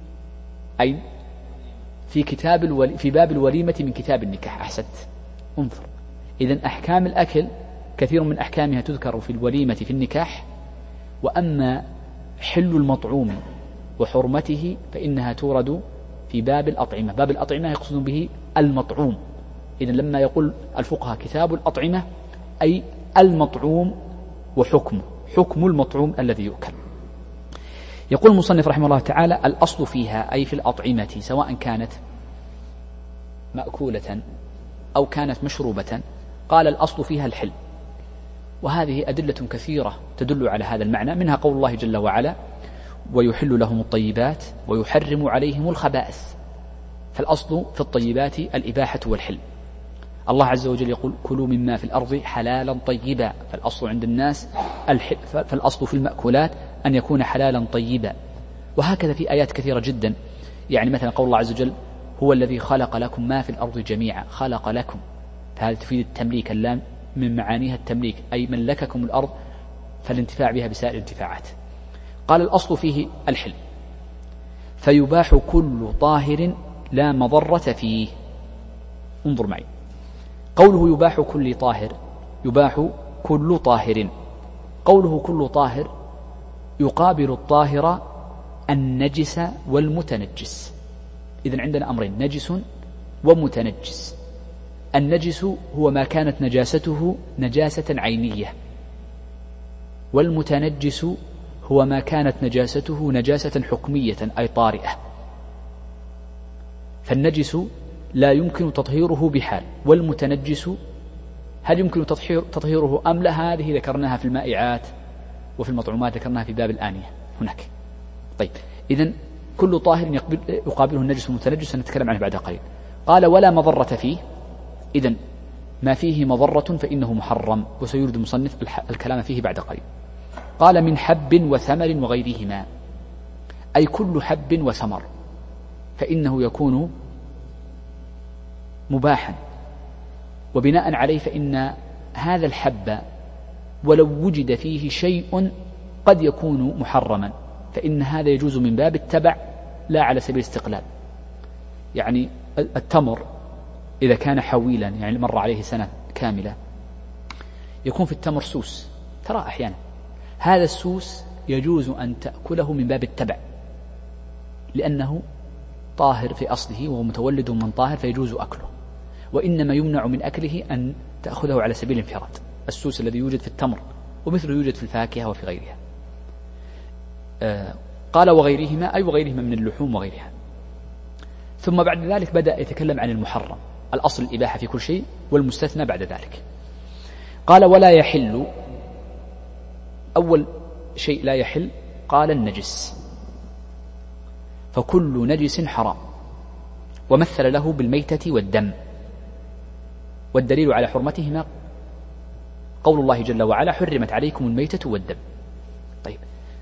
في باب الوليمة من كتاب النكاح. أحسنت، انظر، إذن أحكام الأكل كثير من أحكامها تذكر في الوليمة في النكاح، وأما حل المطعوم وحرمته فإنها تورد في باب الأطعمة. باب الأطعمة يقصد به المطعوم. إذن لما يقول الفقهاء كتاب الأطعمة أي المطعوم وحكمه، حكم المطعوم الذي يؤكل. يقول المصنف رحمه الله تعالى الأصل فيها أي في الأطعمة سواء كانت مأكولة أو كانت مشروبة، قال الأصل فيها الحل. وهذه أدلة كثيرة تدل على هذا المعنى، منها قول الله جل وعلا ويحل لهم الطيبات ويحرم عليهم الخبائث. فالأصل في الطيبات الإباحة والحل. الله عز وجل يقول كلوا مما في الأرض حلالا طيبا، فالأصل عند الناس الحل، فالأصل في المأكولات أن يكون حلالا طيبا. وهكذا في آيات كثيرة جدا، يعني مثلا قول الله عز وجل هو الذي خلق لكم ما في الأرض جميعا، خلق لكم، فهذا تفيد التمليك، اللام من معانيها التمليك أي ملككم الأرض، فالانتفاع بها بسائر الانتفاعات. قال الأصل فيه الحل، فيباح كل طاهر لا مضرة فيه. انظر معي، قوله يباح كل طاهر، يباح كل طاهر، قوله كل طاهر يقابل الطاهر النجس والمتنجس. إذن عندنا أمرين، نجس ومتنجس. النجس هو ما كانت نجاسته نجاسة عينية، والمتنجس هو ما كانت نجاسته نجاسة حكمية أي طارئة. فالنجس لا يمكن تطهيره بحال، والمتنجس هل يمكن تطهيره أم لا؟ هذه ذكرناها في المائعات وفي المطعومات، ذكرناها في باب الآنية هناك. طيب، إذن كل طاهر يقابله النجس والمتنجس، سنتكلم عنه بعد قليل. قال ولا مضرة فيه، إذن ما فيه مضرة فإنه محرم، وسيرد المصنف الكلام فيه بعد قليل. قال من حب وثمر وغيرهما، أي كل حب وثمر فإنه يكون مباحا، وبناء عليه فإن هذا الحب ولو وجد فيه شيء قد يكون محرما، فإن هذا يجوز من باب التبع لا على سبيل الاستقلال. يعني التمر إذا كان حويلا، يعني مر عليه سنة كاملة، يكون في التمر سوس، ترى أحيانا هذا السوس يجوز أن تأكله من باب التبع، لأنه طاهر في أصله وهو متولد من طاهر فيجوز أكله، وإنما يمنع من أكله أن تأخذه على سبيل الانفراد، السوس الذي يوجد في التمر ومثله يوجد في الفاكهة وفي غيرها. قال وغيرهما، أي وغيرهما من اللحوم وغيرها. ثم بعد ذلك بدأ يتكلم عن المحرم، الأصل الإباحة في كل شيء والمستثنى بعد ذلك. قال ولا يحل، أول شيء لا يحل قال النجس، فكل نجس حرام، ومثل له بالميتة والدم، والدليل على حرمتهما قول الله جل وعلا حرمت عليكم الميتة والدم. طيب،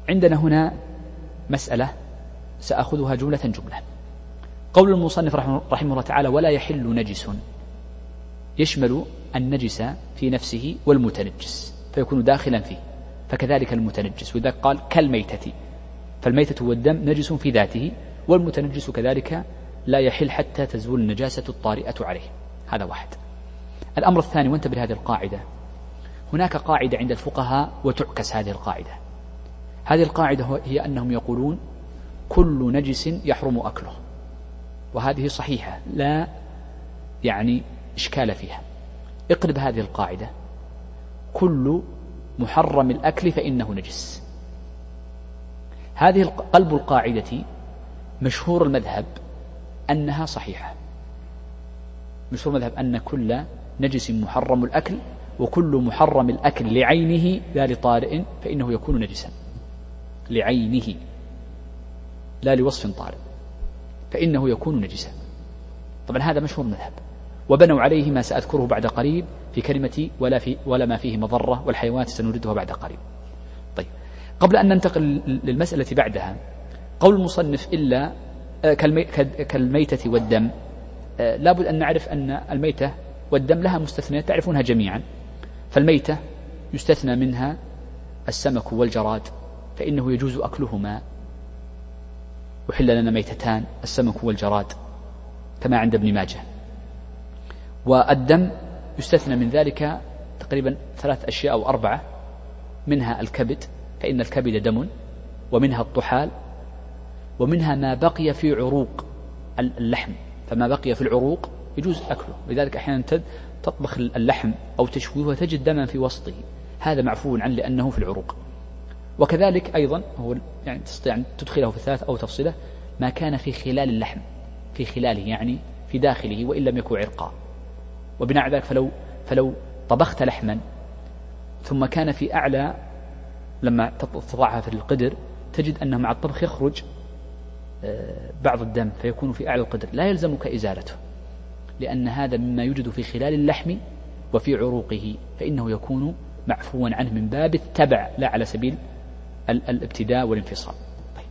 عندنا هنا مسألة سأخذها جملة جملة. قول المصنف رحمه الله تعالى: ولا يحل نجس، يشمل النجس في نفسه والمتنجس فيكون داخلا فيه، فكذلك المتنجس، وذلك قال كالميتة، فالميتة والدم نجس في ذاته، والمتنجس كذلك لا يحل حتى تزول النجاسة الطارئة عليه. هذا واحد. الأمر الثاني، وانتبه لهذه القاعدة، هناك قاعدة عند الفقهاء وتعكس هذه القاعدة. هذه القاعدة هي أنهم يقولون كل نجس يحرم أكله، وهذه صحيحة لا يعني إشكال فيها. اقلب هذه القاعدة: كل محرم الأكل فإنه نجس. هذه قلب القاعدة مشهور المذهب أنها صحيحة. مشهور المذهب أن كل نجس محرم الأكل، وكل محرم الأكل لعينه لا لطارئ فإنه يكون نجسا، لعينه لا لوصف طارئ فإنه يكون نجسا. طبعا هذا مشهور المذهب، وبنوا عليه ما سأذكره بعد قريب في كلمة ولا ما فيه مضرة، والحيوانات سنردها بعد قريب. طيب، قبل أن ننتقل للمسألة بعدها، قول المصنف إلا كالميتة والدم، لابد أن نعرف أن الميتة والدم لها مستثنيات تعرفونها جميعا. فالميتة يستثنى منها السمك والجراد فإنه يجوز أكلهما، وحل لنا ميتتان السمك والجراد كما عند ابن ماجه. والدم يستثنى من ذلك تقريبا 3 أشياء أو 4، منها الكبد فإن الكبد دم، ومنها الطحال، ومنها ما بقي في عروق اللحم، فما بقي في العروق يجوز أكله. لذلك أحيانا تطبخ اللحم أو تشويه وتجد دما في وسطه، هذا معفو عنه لأنه في العروق. وكذلك أيضا هو يعني تستطيع أن تدخله في 3 أو تفصله ما كان في خلال اللحم، في خلاله يعني في داخله وإن لم يكن عرقا. وبناء ذلك فلو طبخت لحما ثم كان في أعلى، لما تضعها في القدر تجد أنه مع الطبخ يخرج بعض الدم فيكون في أعلى القدر، لا يلزمك إزالته، لأن هذا مما يوجد في خلال اللحم وفي عروقه، فإنه يكون معفوا عنه من باب التبع لا على سبيل الابتداء والانفصال. طيب.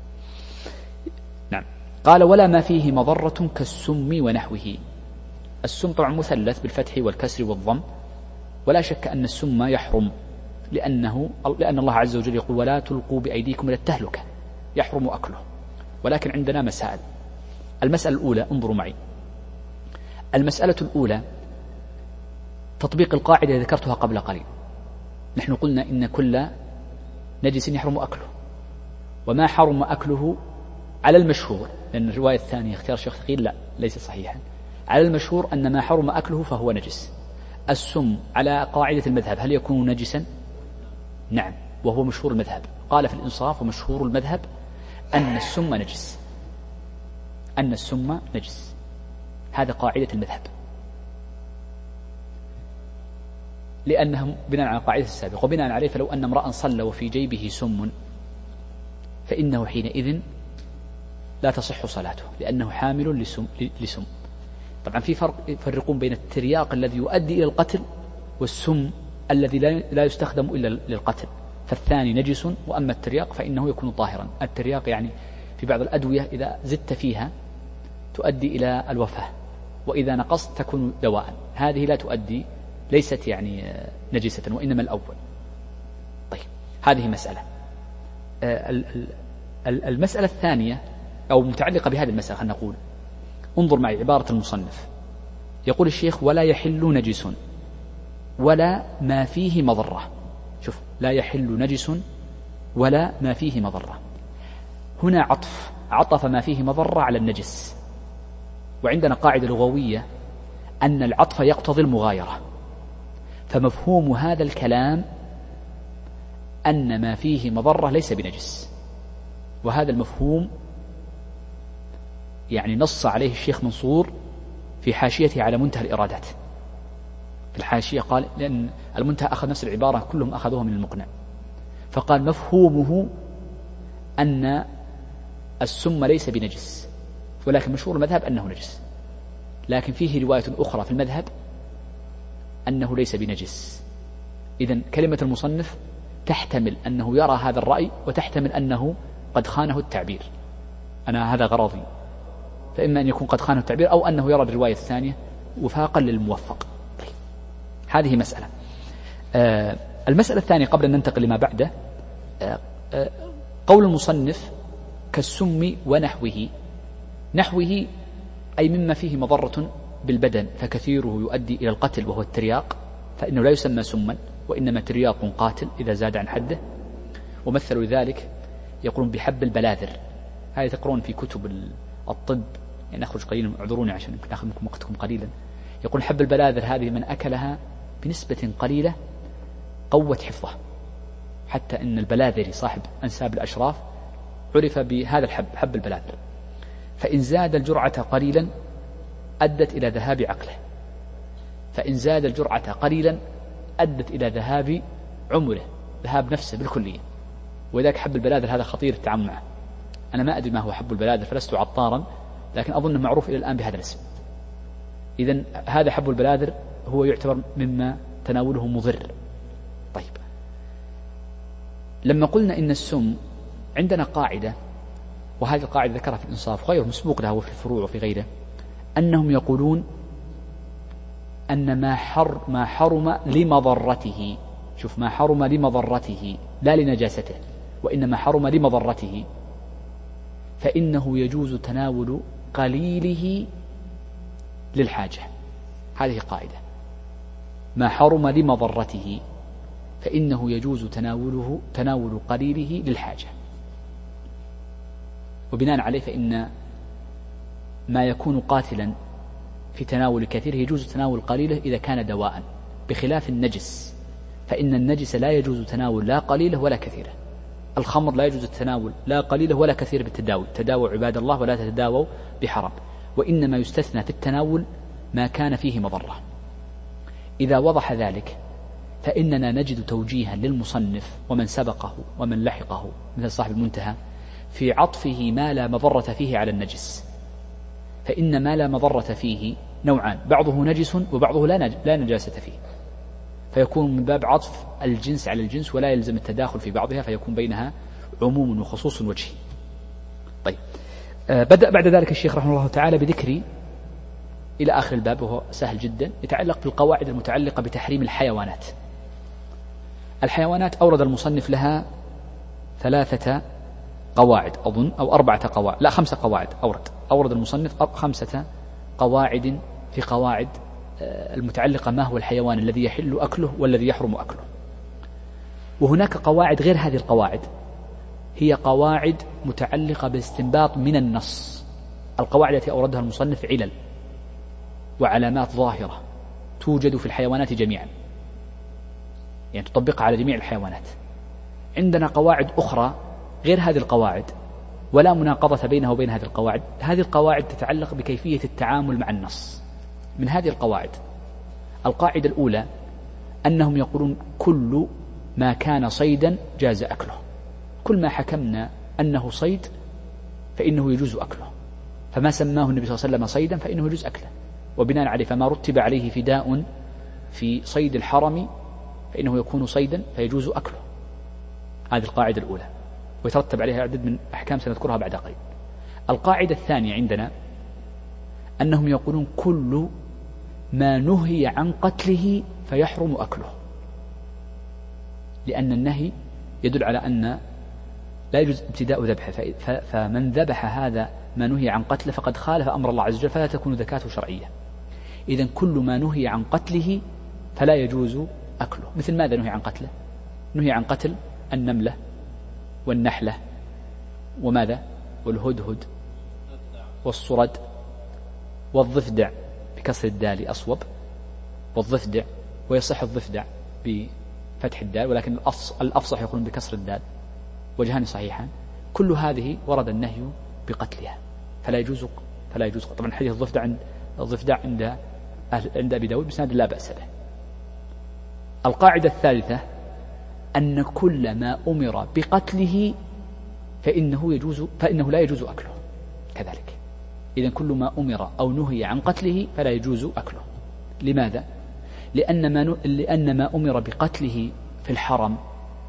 نعم. قال: ولا ما فيه مضرة كالسم ونحوه. السم طبعا مثلث بالفتح والكسر والضم، ولا شك أن السم يحرم، لأن الله عز وجل يقول: ولا تلقوا بأيديكم إلى التهلكة، يحرم أكله. ولكن عندنا مسائل. المسألة الأولى، انظروا معي، المسألة الأولى تطبيق القاعدة ذكرتها قبل قليل. نحن قلنا إن كل نجس يحرم أكله، وما حرم أكله على المشهور، لأن الرواية الثانية اختيار الشيخ ثقيل لا ليس صحيحا، على المشهور أن ما حرم أكله فهو نجس. السم على قاعدة المذهب هل يكون نجسا؟ نعم، وهو مشهور المذهب. قال في الإنصاف: ومشهور المذهب أن السم نجس، أن السم نجس. هذا قاعدة المذهب، لأنهم بناء على القاعدة السابقة، وبناء عليه فلو أن امرأ صلى وفي جيبه سم فإنه حينئذ لا تصح صلاته، لأنه حامل لسم. طبعا في فرق، يفرقون بين الترياق الذي يؤدي إلى القتل والسم الذي لا يستخدم إلا للقتل، فالثاني نجس، وأما الترياق فإنه يكون طاهرا. الترياق يعني في بعض الأدوية إذا زدت فيها تؤدي إلى الوفاة، وإذا نقصت تكون دواء. هذه لا تؤدي، ليست يعني نجسة، وإنما الأول. طيب، هذه مسألة. المسألة الثانية أو متعلقة بهذه المسألة، خلينا نقول، انظر معي عبارة المصنف. يقول الشيخ: ولا يحل نجس ولا ما فيه مضرة. شوف، لا يحل نجس ولا ما فيه مضرة. هنا عطف ما فيه مضرة على النجس، وعندنا قاعدة لغوية أن العطف يقتضي المغايرة، فمفهوم هذا الكلام أن ما فيه مضرة ليس بنجس، وهذا المفهوم يعني نص عليه الشيخ منصور في حاشيته على منتهى الإرادات. في الحاشية قال، لأن المنتهى أخذ نفس العبارة كلهم أخذوها من المقنع، فقال مفهومه أن السم ليس بنجس، ولكن مشهور المذهب أنه نجس، لكن فيه رواية أخرى في المذهب أنه ليس بنجس. إذن كلمة المصنف تحتمل أنه يرى هذا الرأي وتحتمل أنه قد خانه التعبير، أنا هذا غرضي، فإما أن يكون قد خانه التعبير أو أنه يرى بالرواية الثانية وفاقا للموفق. طيب، هذه مسألة. المسألة الثانية قبل أن ننتقل لما بعده، قول المصنف كالسم ونحوه. نحوه أي مما فيه مضرة بالبدن فكثيره يؤدي إلى القتل وهو الترياق، فإنه لا يسمى سما وإنما ترياق قاتل إذا زاد عن حده. ومثلوا ذلك يقولون بحب البلاذر، هذه تقرون في كتب الطب، يعني نخرج قليلا، اعذروني عشان ناخذ منكم وقتكم قليلا. يقول حب البلاذر هذه من أكلها بنسبة قليلة قوت حفظه، حتى إن البلاذري صاحب أنساب الأشراف عرف بهذا الحب، حب البلاذر، فإن زاد الجرعة قليلا أدت إلى ذهاب عقله، فإن زاد الجرعة قليلا أدت إلى ذهاب عمره، ذهاب نفسه بالكلية. وذاك حب البلاذر هذا خطير التعامل معه. أنا ما أدري ما هو حب البلاذر فلست عطارا، لكن أظنه معروف إلى الآن بهذا الاسم. إذن هذا حب البلاذر هو يعتبر مما تناوله مضر. طيب، لما قلنا إن السم عندنا قاعدة، وهذه القاعدة ذكرها في الإنصاف غير مسبوق لها وفي الفروع وفي غيره، أنهم يقولون أن ما حرم لمضرته، شوف، ما حرم لمضرته لا لنجاسته، وإنما حرم لمضرته، فإنه يجوز تناول قليله للحاجة. هذه قاعدة، ما حرم لمضرته فإنه يجوز تناول قليله للحاجة. وبناء عليه فإن ما يكون قاتلا في تناول كثيره يجوز تناول قليله إذا كان دواء، بخلاف النجس، فإن النجس لا يجوز تناول لا قليله ولا كثيره. الخمر لا يجوز التناول لا قليله ولا كثير بالتداوي، تداووا عباد الله ولا تتداووا بحرام، وإنما يستثنى في التناول ما كان فيه مضرة. إذا وضح ذلك فإننا نجد توجيها للمصنف ومن سبقه ومن لحقه مثل صاحب المنتهى في عطفه ما لا مضرة فيه على النجس. فإن ما لا مضرة فيه نوعان، بعضه نجس وبعضه لا نجاسة فيه، فيكون من باب عطف الجنس على الجنس ولا يلزم التداخل في بعضها، فيكون بينها عموم وخصوص وجهي. طيب، بدأ بعد ذلك الشيخ رحمه الله تعالى بذكر إلى آخر الباب، وهو سهل جدا، يتعلق بالقواعد المتعلقة بتحريم الحيوانات. الحيوانات أورد المصنف لها 3 قواعد أظن، أو 4 قواعد، لا 5 قواعد أورد المصنف 5 قواعد في قواعد المتعلقة ما هو الحيوان الذي يحل أكله والذي يحرم أكله. وهناك قواعد غير هذه القواعد، هي قواعد متعلقة بالاستنباط من النص. القواعد التي أوردها المصنف علل وعلامات ظاهرة توجد في الحيوانات جميعا، يعني تطبقها على جميع الحيوانات. عندنا قواعد أخرى غير هذه القواعد ولا مناقضة بينها وبين هذه القواعد. هذه القواعد تتعلق بكيفية التعامل مع النص. من هذه القواعد القاعدة الأولى أنهم يقولون كل ما كان صيدا جاز أكله، كل ما حكمنا أنه صيد فإنه يجوز أكله، فما سماه النبي صلى الله عليه وسلم صيدا فإنه يجوز أكله، وبناء عليه فما رتب عليه فداء في صيد الحرم فإنه يكون صيدا فيجوز أكله. هذه القاعدة الأولى، ويترتب عليها عدد من أحكام سنذكرها بعد قليل. القاعدة الثانية عندنا أنهم يقولون كل ما نهي عن قتله فيحرم أكله، لأن النهي يدل على أن لا يجوز ابتداء ذبحه، فمن ذبح هذا ما نهي عن قتله فقد خالف أمر الله عز وجل، فلا تكون زكاته شرعية. إذن كل ما نهي عن قتله فلا يجوز أكله. مثل ماذا نهي عن قتله؟ نهي عن قتل النملة والنحلة وماذا؟ والهدهد والصرد والضفدع بكسر الدال أصوب، والضفدع، ويصح الضفدع بفتح الدال، ولكن الأفصح يقولون بكسر الدال، وجهان صحيحان. كل هذه ورد النهي بقتلها فلا يجوز. طبعا حديث الضفدع عند أبي داود بسند لا بأس به. القاعدة الثالثة أن كل ما أمر بقتله فإنه لا يجوز أكله كذلك. إذن كل ما أمر أو نهي عن قتله فلا يجوز أكله. لماذا؟ لأن ما أمر بقتله في الحرم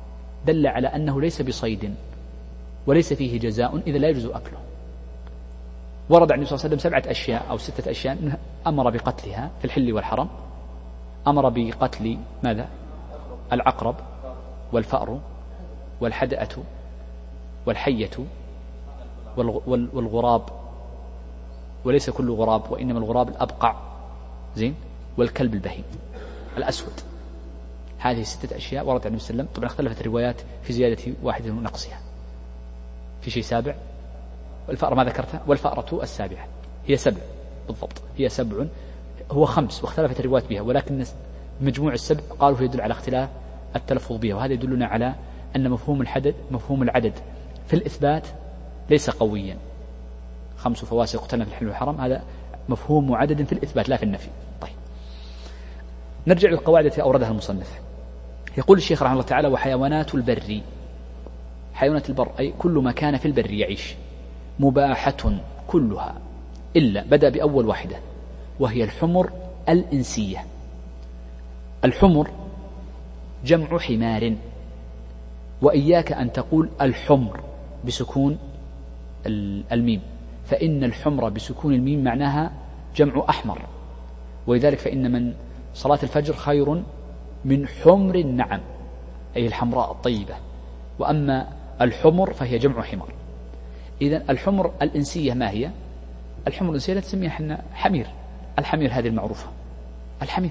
دل على أنه ليس بصيد وليس فيه جزاء، إذا لا يجوز أكله. ورد عن النبي صلى الله عليه وسلم 7 أشياء أو 6 أشياء أمر بقتلها في الحل والحرم. أمر بقتل ماذا؟ العقرب والفأر والحدأة والحية والغراب، وليس كل غراب وإنما الغراب الأبقع، زين، والكلب البهيم الأسود. هذه 6 أشياء ورد عن النبي صلى الله عليه وسلم. طبعا اختلفت الروايات في زيادة واحدة ونقصها. في شيء سابع؟ والفأر ما ذكرتها، والفأرة السابعة هي 7 بالضبط، هي 7. هو 5 واختلفت الروايات بها، ولكن مجموع ال7 قالوا يدل على اختلاف التلفظ بها، وهذا يدلنا على أن مفهوم العدد في الإثبات ليس قويا. 5 فواسق قتلنا في الحل والحرم، هذا مفهوم عدد في الإثبات لا في النفي. طيب، نرجع للقواعد التي أوردها المصنف. يقول الشيخ رحمه الله تعالى: وحيوانات البر، حيوانات البر أي كل ما كان في البر يعيش، مباحة كلها إلا، بدأ بأول واحدة وهي الحمر الإنسية. الحمر جمع حمار، وإياك أن تقول الحمر بسكون الميم، فإن الحمر بسكون الميم معناها جمع أحمر، ولذلك فإن من صلاة الفجر خير من حمر النعم، أي الحمراء الطيبة، وأما الحمر فهي جمع حمار. إذن الحمر الإنسية ما هي؟ الحمر الإنسية لا تسميها حنا حمير، الحمير هذه المعروفة، الحمير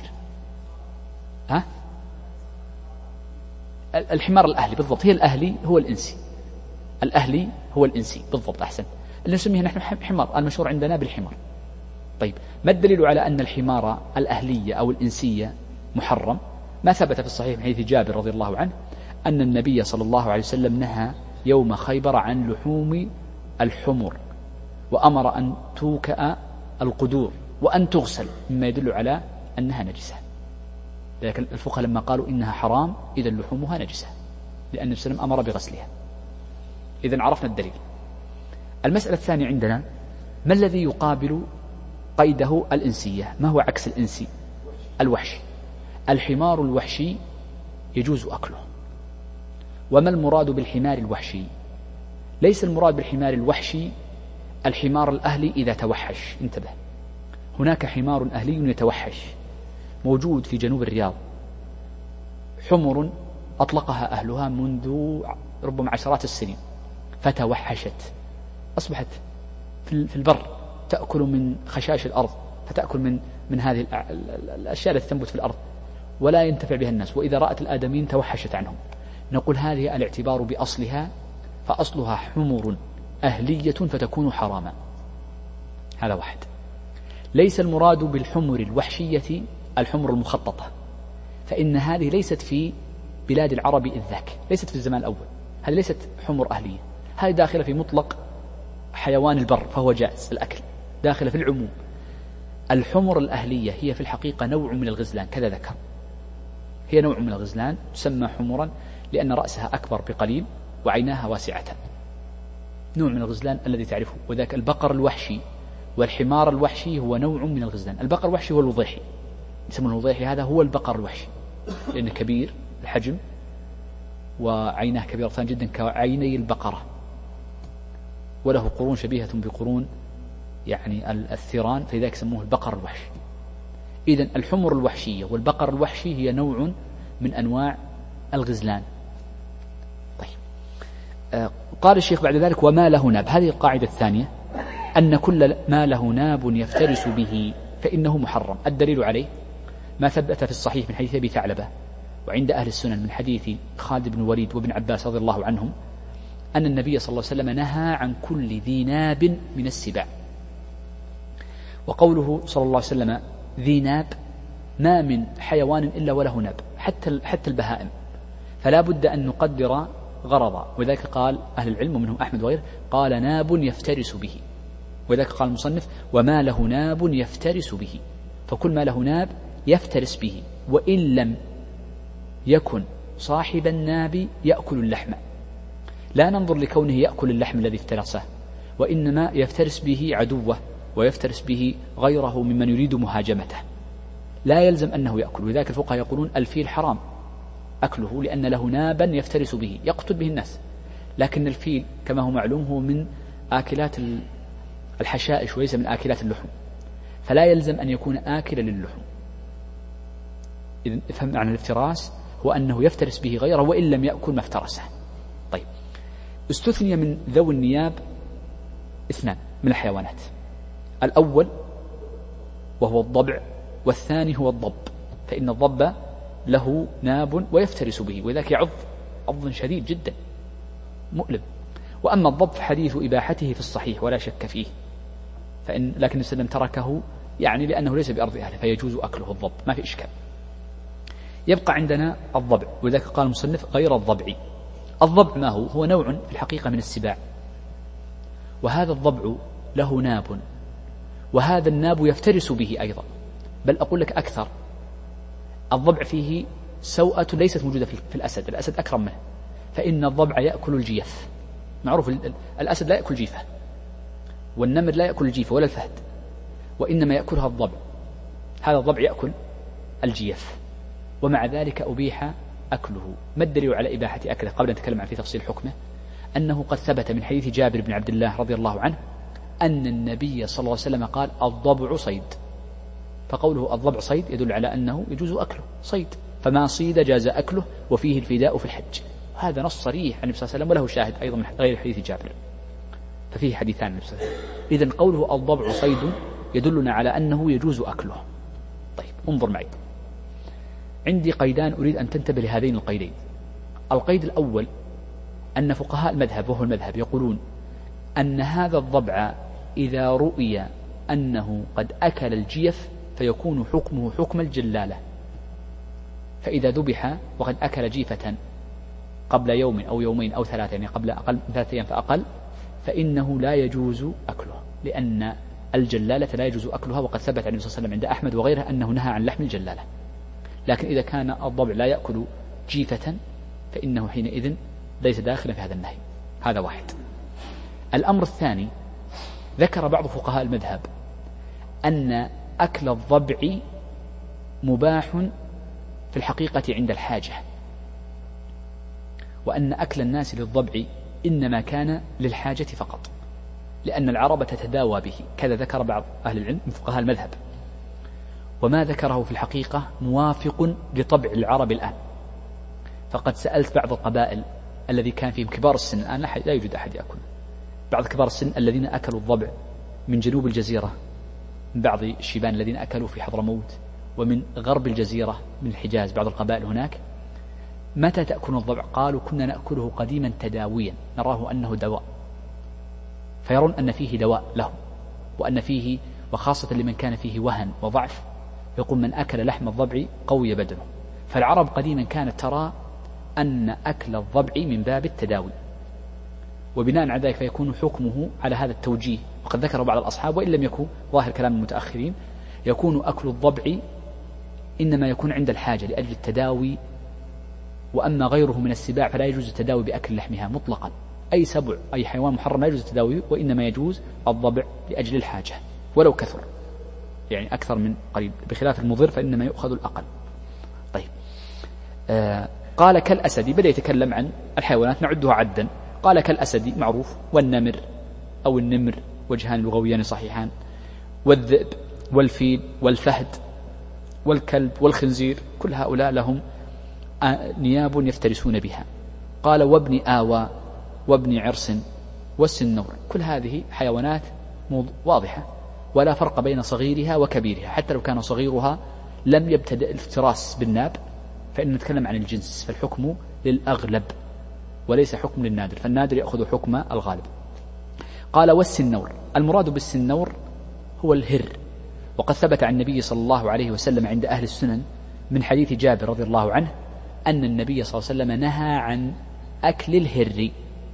الحمار الأهلي بالضبط، هي الأهلي هو الإنسي، الأهلي هو الإنسي بالضبط، أحسن، اللي نسميه نحن حمار، المشهور عندنا بالحمار. طيب، ما الدليل على أن الحمار الأهلية أو الإنسية محرم؟ ما ثبت في الصحيح من حديث جابر رضي الله عنه أن النبي صلى الله عليه وسلم نهى يوم خيبر عن لحوم الحمر، وأمر أن توكأ القدور وأن تغسل، مما يدل على أنها نجسة. لكن الفقهاء لما قالوا إنها حرام إذا لحومها نجسة، لأن النبي صلى الله عليه وسلم أمر بغسلها. إذن عرفنا الدليل. المسألة الثانية عندنا: ما الذي يقابل قيده الإنسية؟ ما هو عكس الإنسي؟ الوحشي. الحمار الوحشي يجوز أكله. وما المراد بالحمار الوحشي؟ ليس المراد بالحمار الوحشي الحمار الأهلي إذا توحش، انتبه، هناك حمار أهلي يتوحش موجود في جنوب الرياض، حمر أطلقها أهلها منذ ربما عشرات السنين فتوحشت، أصبحت في البر تأكل من خشاش الأرض، فتأكل من هذه الأشياء التي تنبت في الأرض ولا ينتفع بها الناس، وإذا رأت الآدمين توحشت عنهم. نقول هذه الاعتبار بأصلها، فأصلها حمر أهلية فتكون حراما. هذا واحد. ليس المراد بالحمر الوحشية الحمر المخططة، فإن هذه ليست في بلاد العرب إذ ذاك، ليست في الزمان الأول، هذه ليست حمر أهلية، هذه داخلة في مطلق حيوان البر فهو جائز الأكل، داخلة في العموم. الحمر الأهلية هي في الحقيقة نوع من الغزلان، كذا ذكر، هي نوع من الغزلان تسمى حمرا لأن رأسها أكبر بقليل وعيناها واسعة، نوع من الغزلان الذي تعرفه. وذاك البقر الوحشي والحمار الوحشي هو نوع من الغزلان. البقر الوحشي هو الوضيحي، يسمونه الوضيحي، هذا هو البقر الوحشي لأنه كبير الحجم وعيناه كبيرتان جدا كعيني البقرة، وله قرون شبيهة بقرون يعني الثيران، فلذلك سموه البقر الوحشي. إذن الحمر الوحشية والبقر الوحشي هي نوع من أنواع الغزلان. طيب، قال الشيخ بعد ذلك: وما له ناب. هذه القاعدة الثانية، أن كل ما له ناب يفترس به فإنه محرم. الدليل عليه ما ثبت في الصحيح من حديث أبي ثعلبة وعند أهل السنن من حديث خالد بن الوليد وابن عباس رضي الله عنهم أن النبي صلى الله عليه وسلم نهى عن كل ذي ناب من السباع. وقوله صلى الله عليه وسلم ذي ناب، ما من حيوان إلا وله ناب، حتى البهائم، فلا بد أن نقدر غرضا. وذلك قال أهل العلم ومنهم أحمد وغيره قال ناب يفترس به، وذلك قال المصنف وما له ناب يفترس به، فكل ما له ناب يفترس به، وإن لم يكن صاحب الناب يأكل اللحم، لا ننظر لكونه يأكل اللحم الذي افترسه، وإنما يفترس به عدوه ويفترس به غيره ممن يريد مهاجمته، لا يلزم أنه يأكل. وذلك الفقهاء يقولون الفيل حرام أكله لأن له نابا يفترس به يقتل به الناس. لكن الفيل كما هو معلوم هو من آكلات الحشائش وليس من آكلات اللحوم، فلا يلزم أن يكون آكلا للحوم. إذن افهم معنى الافتراس هو أنه يفترس به غيره وإن لم يأكل ما افترسه. طيب، استثني من ذوي النياب اثنان من الحيوانات، الأول وهو الضبع، والثاني هو الضب، فإن الضب له ناب ويفترس به وذاك يعض عض شديد جدا مؤلم. وأما الضب فحديث إباحته في الصحيح ولا شك فيه، لكن السلام تركه يعني لأنه ليس بأرض أهله فيجوز أكله الضب ما في إشكال. يبقى عندنا الضبع، وذاك قال المصنف غير الضبع. الضبع ما هو نوع في الحقيقة من السباع، وهذا الضبع له ناب، وهذا الناب يفترس به أيضا، بل أقول لك أكثر، الضبع فيه سوءة ليست موجودة في الأسد، الأسد أكرم منه، فإن الضبع يأكل الجيف، معروف الأسد لا يأكل جيفة، والنمر لا يأكل الجيفة ولا الفهد، وإنما يأكلها الضبع. هذا الضبع يأكل الجيف، ومع ذلك أبيح أكله. ما الدليل على إباحة أكله قبل أن نتكلم عن في تفصيل حكمه؟ أنه قد ثبت من حديث جابر بن عبد الله رضي الله عنه أن النبي صلى الله عليه وسلم قال الضبع صيد، فقوله الضبع صيد يدل على أنه يجوز أكله صيد، فما صيد جاز أكله وفيه الفداء في الحج. هذا نص صريح عن النبي صلى الله عليه وسلم وله شاهد أيضا من غير حديث جابر، ففيه حديثان عن النبي صلى الله عليه وسلم. إذن قوله الضبع صيد يدلنا على أنه يجوز أكله. طيب، انظر معي، عندي قيدان أريد أن تنتبه لهذين القيدين. القيد الأول أن فقهاء المذهب وهو المذهب يقولون أن هذا الضبع إذا رؤي أنه قد أكل الجيف فيكون حكمه حكم الجلالة، فإذا ذبح وقد أكل جيفة قبل يوم أو يومين أو ثلاثة، يعني قبل أقل من 3 أيام فأقل، فإنه لا يجوز أكله، لأن الجلالة لا يجوز أكلها، وقد ثبت عن النبي صلى الله عليه وسلم عند أحمد وغيره أنه نهى عن لحم الجلالة. لكن إذا كان الضبع لا يأكل جيفة فإنه حينئذ ليس داخلا في هذا النهي. هذا واحد. الأمر الثاني، ذكر بعض فقهاء المذهب أن أكل الضبع مباح في الحقيقة عند الحاجة، وأن أكل الناس للضبع إنما كان للحاجة فقط، لأن العرب تتداوى به، كذا ذكر بعض أهل العلم من فقهاء المذهب. وما ذكره في الحقيقة موافق لطبع العرب الآن، فقد سألت بعض القبائل الذي كان فيهم كبار السن، الآن لا يوجد أحد يأكل، بعض كبار السن الذين أكلوا الضبع من جنوب الجزيرة، من بعض الشيبان الذين أكلوا في حضرموت، ومن غرب الجزيرة من الحجاز بعض القبائل هناك. متى تأكل الضبع؟ قالوا كنا نأكله قديما تداويا، نراه أنه دواء، فيرون أن فيه دواء لهم، وأن فيه، وخاصة لمن كان فيه وهن وضعف، يقول من أكل لحم الضبع قوي بدنه. فالعرب قديما كانت ترى أن أكل الضبع من باب التداوي، وبناء على ذلك فيكون حكمه على هذا التوجيه. وقد ذكر بعض الأصحاب وإن لم يكن ظاهر كلام المتأخرين، يكون أكل الضبع إنما يكون عند الحاجة لأجل التداوي، وأما غيره من السباع فلا يجوز التداوي بأكل لحمها مطلقا. أي سبع أي حيوان محرم لا يجوز التداوي، وإنما يجوز الضبع لأجل الحاجة ولو كثر، يعني أكثر من قليل، بخلاف المضر فإنما يؤخذ الأقل. طيب، قال كالأسد، بدأ يتكلم عن الحيوانات نعدها عدا. قال كالأسد معروف، والنمر أو النمر وجهان لغويان صحيحان، والذئب والفيل والفهد والكلب والخنزير، كل هؤلاء لهم نياب يفترسون بها. قال وابن آوى وابن عرس والسنور، كل هذه حيوانات واضحة ولا فرق بين صغيرها وكبيرها، حتى لو كان صغيرها لم يبتدأ الافتراس بالناب فإن نتكلم عن الجنس، فالحكم للأغلب وليس حكم للنادر، فالنادر يأخذ حكم الغالب. قال والسنور، المراد بالسنور هو الهر، وقد ثبت عن النبي صلى الله عليه وسلم عند أهل السنن من حديث جابر رضي الله عنه أن النبي صلى الله عليه وسلم نهى عن أكل الهر،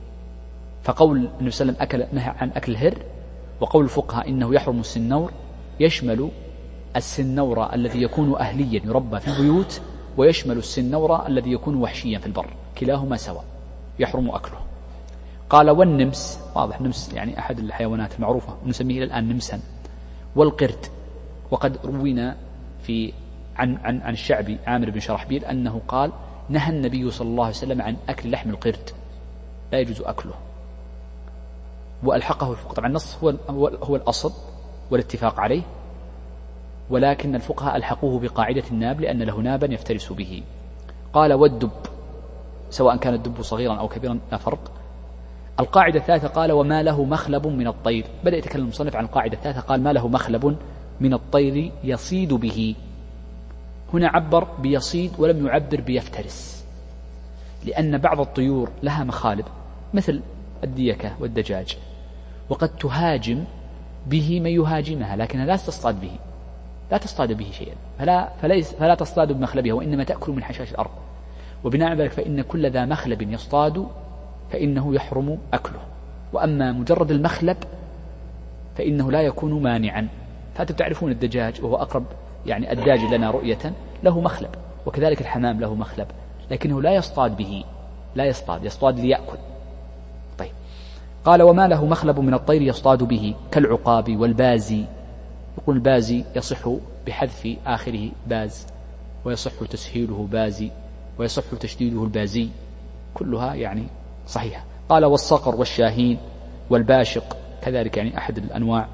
فقول النبي صلى الله عليه وسلم نهى عن أكل الهر، وقول الفقهاء إنه يحرم السنور يشمل السنور الذي يكون أهليا يربى في البيوت، ويشمل السنور الذي يكون وحشيا في البر، كلاهما سواء يحرم أكله. قال والنمس، واضح نمس يعني أحد الحيوانات المعروفة نسميه إلى الآن نمسا، والقرد، وقد روينا عن الشعبي عامر بن شرحبيل أنه قال نهى النبي صلى الله عليه وسلم عن أكل لحم القرد، لا يجوز أكله، وألحقه الفقهاء. طبعا النص هو الأصل والاتفاق عليه، ولكن الفقهاء ألحقوه بقاعدة الناب لأن له نابا يفترس به. قال والدب، سواء كان الدب صغيرا أو كبيرا لا فرق. القاعدة الثالثة قال وما له مخلب من الطير. بدأ يتكلم المصنف عن القاعدة الثالثة، قال ما له مخلب من الطير يصيد به. هنا عبر بيصيد ولم يعبر بيفترس، لأن بعض الطيور لها مخالب مثل الديكة والدجاج، وقد تهاجم به من يهاجمها، لكنها لا تصطاد به، لا تصطاد به شيئا، فلا تصطاد بمخلبها، وإنما تأكل من حشاش الأرض. وبناء على ذلك فإن كل ذا مخلب يصطاد فإنه يحرم أكله، وأما مجرد المخلب فإنه لا يكون مانعا. فأنتم تعرفون الدجاج وهو أقرب يعني الداج لنا رؤية له مخلب، وكذلك الحمام له مخلب، لكنه لا يصطاد به، لا يصطاد ليأكل. طيب قال وما له مخلب من الطير يصطاد به كالعقاب والبازي. يقول البازي يصح بحذف آخره باز، ويصح تسهيله بازي، ويصح تشديده البازي، كلها يعني صحيحة. قال والصقر والشاهين والباشق كذلك يعني أحد الأنواع،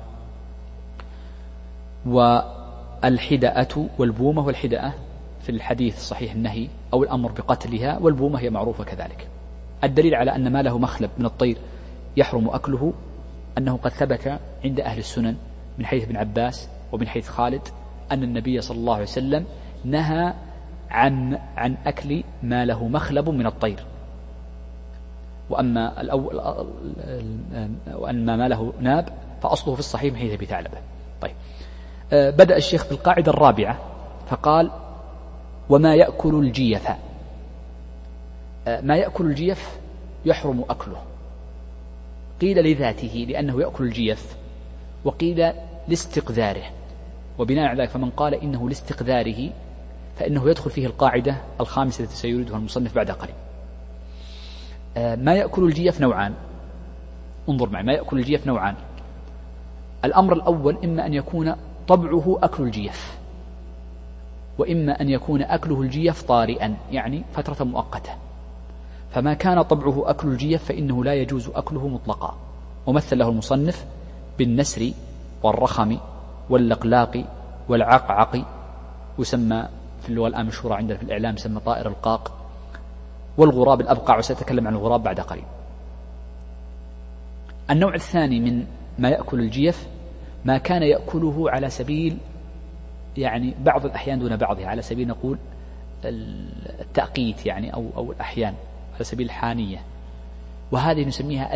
والحدأة والبومة. والحدأة في الحديث الصحيح النهي أو الأمر بقتلها، والبومة هي معروفة كذلك. الدليل على أن ما له مخلب من الطير يحرم أكله أنه قد ثبت عند أهل السنن من حيث ابن عباس ومن حيث خالد أن النبي صلى الله عليه وسلم نهى عن أكل ما له مخلب من الطير، وأما ما له ناب فأصله في الصحيح من حيث أبي ثعلبة. طيب بدأ الشيخ بالقاعدة الرابعة فقال وما يأكل الجيف. ما يأكل الجيف يحرم أكله، قيل لذاته لأنه يأكل الجيف، وقيل لاستقذاره. وبناء على ذلك فمن قال إنه لاستقذاره فإنه يدخل فيه القاعدة الخامسة التي سيريدها المصنف بعد قليل. ما يأكل الجيف نوعان، انظر معي، ما يأكل الجيف نوعان. الأمر الأول إما أن يكون طبعه أكل الجيف، وإما أن يكون أكله الجيف طارئا يعني فترة مؤقتة. فما كان طبعه أكل الجيف فإنه لا يجوز أكله مطلقا، ومثل له المصنف بالنسر والرخم واللقلاق والعقعق، يسمى في اللغة الآن مشهورة عندنا في الإعلام يسمى طائر القاق، والغراب الأبقع، وسأتكلم عن الغراب بعد قليل. النوع الثاني من ما يأكل الجيف ما كان يأكله على سبيل يعني بعض الأحيان دون بعضها، على سبيل نقول التأقيت يعني أو الأحيان على سبيل الحانية، وهذه نسميها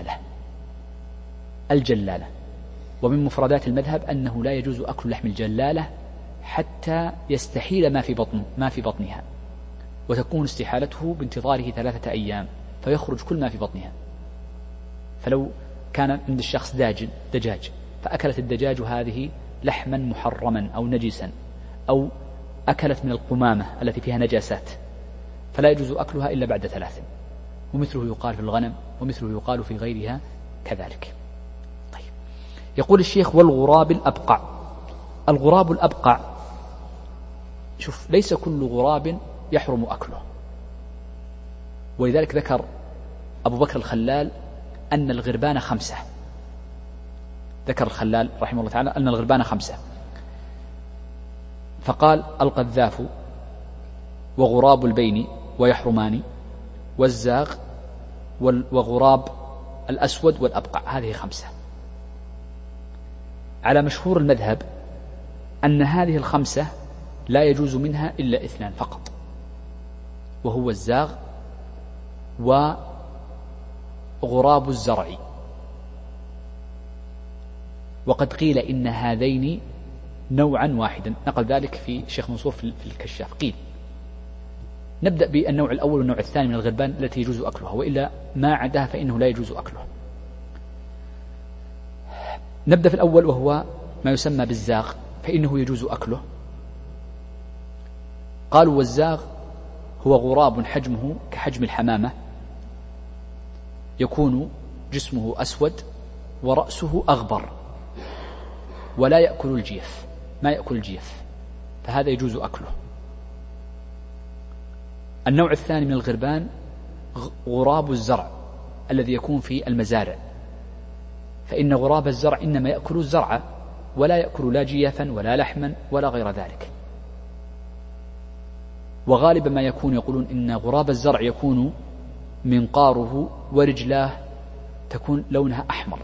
الجلالة. ومن مفردات المذهب أنه لا يجوز أكل لحم الجلالة حتى يستحيل ما في بطنها، وتكون استحالته بانتظاره 3 أيام فيخرج كل ما في بطنها. فلو كان عند الشخص دجاج فأكلت الدجاج هذه لحما محرما أو نجسا، أو أكلت من القمامة التي فيها نجاسات، فلا يجوز أكلها إلا بعد 3. ومثله يقال في الغنم، ومثله يقال في غيرها كذلك. طيب يقول الشيخ والغراب الأبقع. الغراب الأبقع، شوف، ليس كل غراب يحرم أكله، ولذلك ذكر أبو بكر الخلال أن الغربان 5. ذكر الخلال رحمه الله تعالى أن الغربان 5، فقال القذاف وغراب البين ويحرمان والزاغ وغراب الأسود والأبقع، هذه 5. على مشهور المذهب أن هذه 5 لا يجوز منها إلا 2 فقط، وهو الزاغ وغراب الزرع. وقد قيل إن هذين نوعا واحدا، نقل ذلك في شيخ منصور في الكشاف. قيل نبدأ بالنوع الأول والنوع الثاني من الغربان التي يجوز أكلها، وإلا ما عداها فإنه لا يجوز أكلها. نبدأ في الأول وهو ما يسمى بالزاغ، فإنه يجوز أكله. قالوا والزاغ هو غراب حجمه كحجم الحمامة، يكون جسمه أسود ورأسه أغبر، ولا يأكل الجيف، ما يأكل الجيف، فهذا يجوز أكله. النوع الثاني من الغربان غراب الزرع الذي يكون في المزارع، فإن غراب الزرع إنما يأكل الزرع ولا يأكل لا جيفا ولا لحما ولا غير ذلك. وغالبا ما يكون يقولون إن غراب الزرع يكون منقاره ورجلاه تكون لونها أحمر.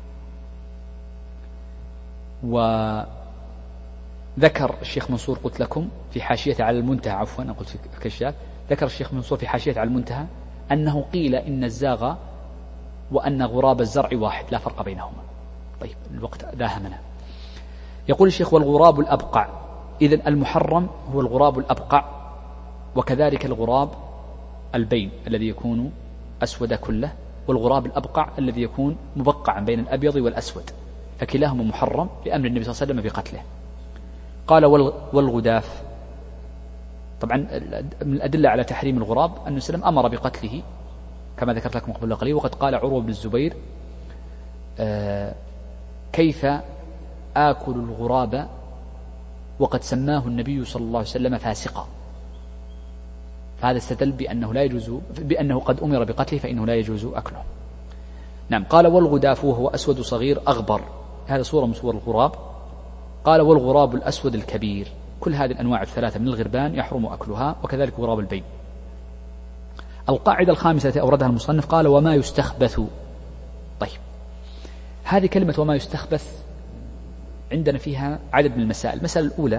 وذكر الشيخ منصور قلت لكم في حاشية على المنتهى، عفوا أنا قلت في الكشاف، ذكر الشيخ منصور في حاشية على المنتهى أنه قيل إن الزاغ وأن غراب الزرع واحد لا فرق بينهما. طيب الوقت داهمنا. يقول الشيخ والغراب الأبقع، إذن المحرم هو الغراب الأبقع، وكذلك الغراب البين الذي يكون أسود كله، والغراب الأبقع الذي يكون مبقعا بين الأبيض والأسود، فكلاهما محرم لأمر النبي صلى الله عليه وسلم بقتله. قال والغداف، طبعا من الأدلة على تحريم الغراب أن النبي صلى الله عليه وسلم أمر بقتله كما ذكرت لكم قبل قليل. وقد قال عروة بن الزبير كيف آكل الغراب وقد سماه النبي صلى الله عليه وسلم فاسقا، فهذا استدل بأنه قد أمر بقتله فإنه لا يجوز أكله. نعم. قال والغداف وهو أسود صغير أغبر، هذا صورة من صور الغراب. قال والغراب الأسود الكبير، كل هذه الأنواع الثلاثة من الغربان يحرم أكلها، وكذلك غراب البين. القاعدة الخامسة التي أوردها المصنف قال وما يستخبث. طيب هذه كلمة وما يستخبث عندنا فيها عدد من المسائل. المسألة الأولى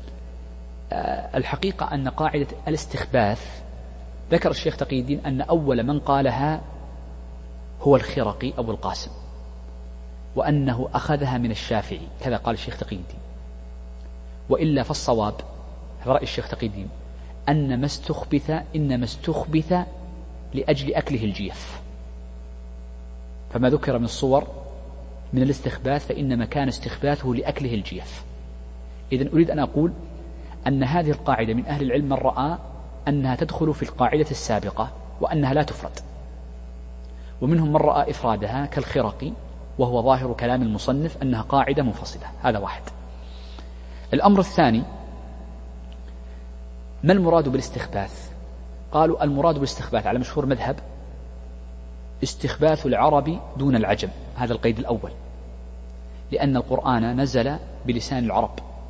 الحقيقة أن قاعدة الاستخباث ذكر الشيخ تقي الدين أن أول من قالها هو الخرقي أبو القاسم، وأنه أخذها من الشافعي، كذا قال الشيخ تقي الدين. وإلا فالصواب في رأي الشيخ تقي الدين أن ما استخبث إنما استخبث لأجل أكله الجيف، فما ذكر من الصور من الاستخباث فإنما كان استخباثه لأكله الجيف. إذن أريد أن أقول أن هذه القاعدة من أهل العلم من رأى أنها تدخل في القاعدة السابقة وأنها لا تفرد، ومنهم من رأى إفرادها كالخرقي، وهو ظاهر كلام المصنف أنها قاعدة منفصلة. هذا واحد. الأمر الثاني ما المراد بالاستخباث؟ قالوا المراد بالاستخباث على مشهور مذهب استخباث العرب دون العجم، هذا القيد الأول، لأن القرآن نزل بلسان العرب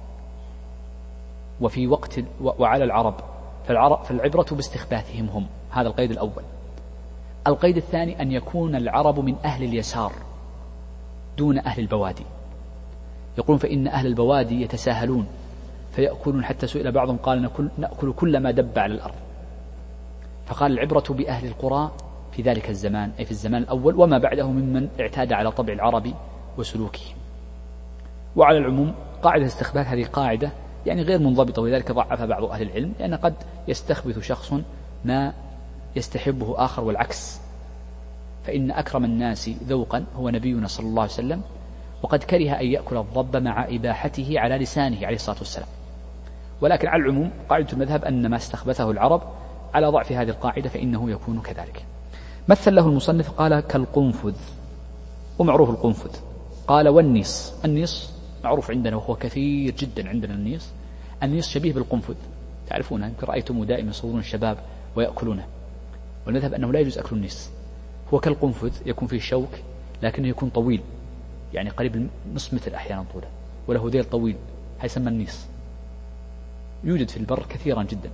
وفي وقت وعلى العرب، فالعبرة باستخباثهم هم، هذا القيد الأول. القيد الثاني أن يكون العرب من أهل اليسار دون أهل البوادي. يقولون فإن أهل البوادي يتساهلون فيأكلون، حتى سئل بعضهم قال نأكل كل ما دب على الأرض، فقال العبرة بأهل القرى في ذلك الزمان، أي في الزمان الأول وما بعده ممن اعتاد على طبع العرب وسلوكه. وعلى العموم قاعدة الاستخباث هذه قاعدة يعني غير منضبطة، ولذلك ضعف بعض أهل العلم، لأن قد يستخبث شخص ما يستحبه آخر والعكس. فإن أكرم الناس ذوقا هو نبينا صلى الله عليه وسلم، وقد كره أن يأكل الضب مع إباحته على لسانه عليه الصلاة والسلام. ولكن على العموم قاعدة المذهب أن ما استخبثه العرب على ضعف هذه القاعدة فإنه يكون كذلك. مثل له المصنف قال كالقنفذ، ومعروف القنفذ. قال والنيس، النيس معروف عندنا وهو كثير جدا عندنا. النيس شبيه بالقنفذ، تعرفونه، يمكن رأيتم دائما يصورون الشباب ويأكلونه، والمذهب أنه لا يجوز أكل النيس. هو كالقنفذ، يكون فيه شوك لكنه يكون طويل، يعني قريب نصف متر أحيانا طوله، وله ذيل طويل، هيسمى النيس، يوجد في البر كثيرا جدا.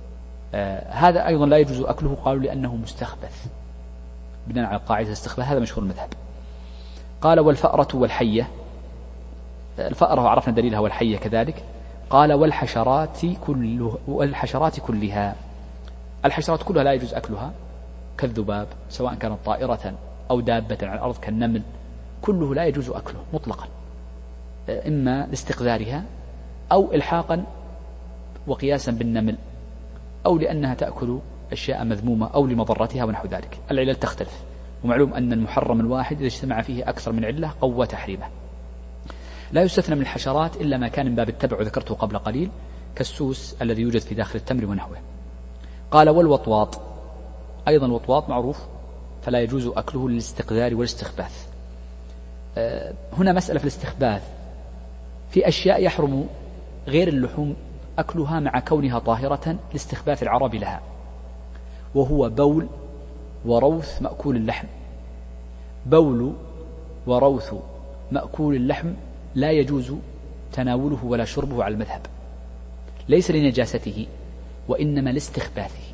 هذا أيضا لا يجوز أكله، قالوا لأنه مستخبث بناء على قاعدة الاستخباث، هذا مشهور المذهب. قال والفأرة والحية، الفأرة وعرفنا دليلها والحية كذلك. قال والحشرات كلها، الحشرات كلها لا يجوز أكلها، كالذباب سواء كانت طائرة أو دابة على الأرض كالنمل، كله لا يجوز أكله مطلقا، إما لاستقذارها أو إلحاقا وقياسا بالنمل، أو لأنها تأكل أشياء مذمومة أو لمضرتها ونحو ذلك. العلل تختلف، ومعلوم أن المحرم الواحد إذا اجتمع فيه أكثر من علة قوى تحريمه. لا يستثنى من الحشرات إلا ما كان من باب التبع وذكرته قبل قليل، كالسوس الذي يوجد في داخل التمر ونحوه. قال والوطواط، أيضا الوطواط معروف فلا يجوز أكله للاستقذار والاستخباث. هنا مسألة في الاستخباث، في أشياء يحرم غير اللحوم أكلها مع كونها طاهرة لاستخباث العرب لها، وهو بول وروث مأكول اللحم. بول وروث مأكول اللحم لا يجوز تناوله ولا شربه على المذهب، ليس لنجاسته وإنما لاستخباثه،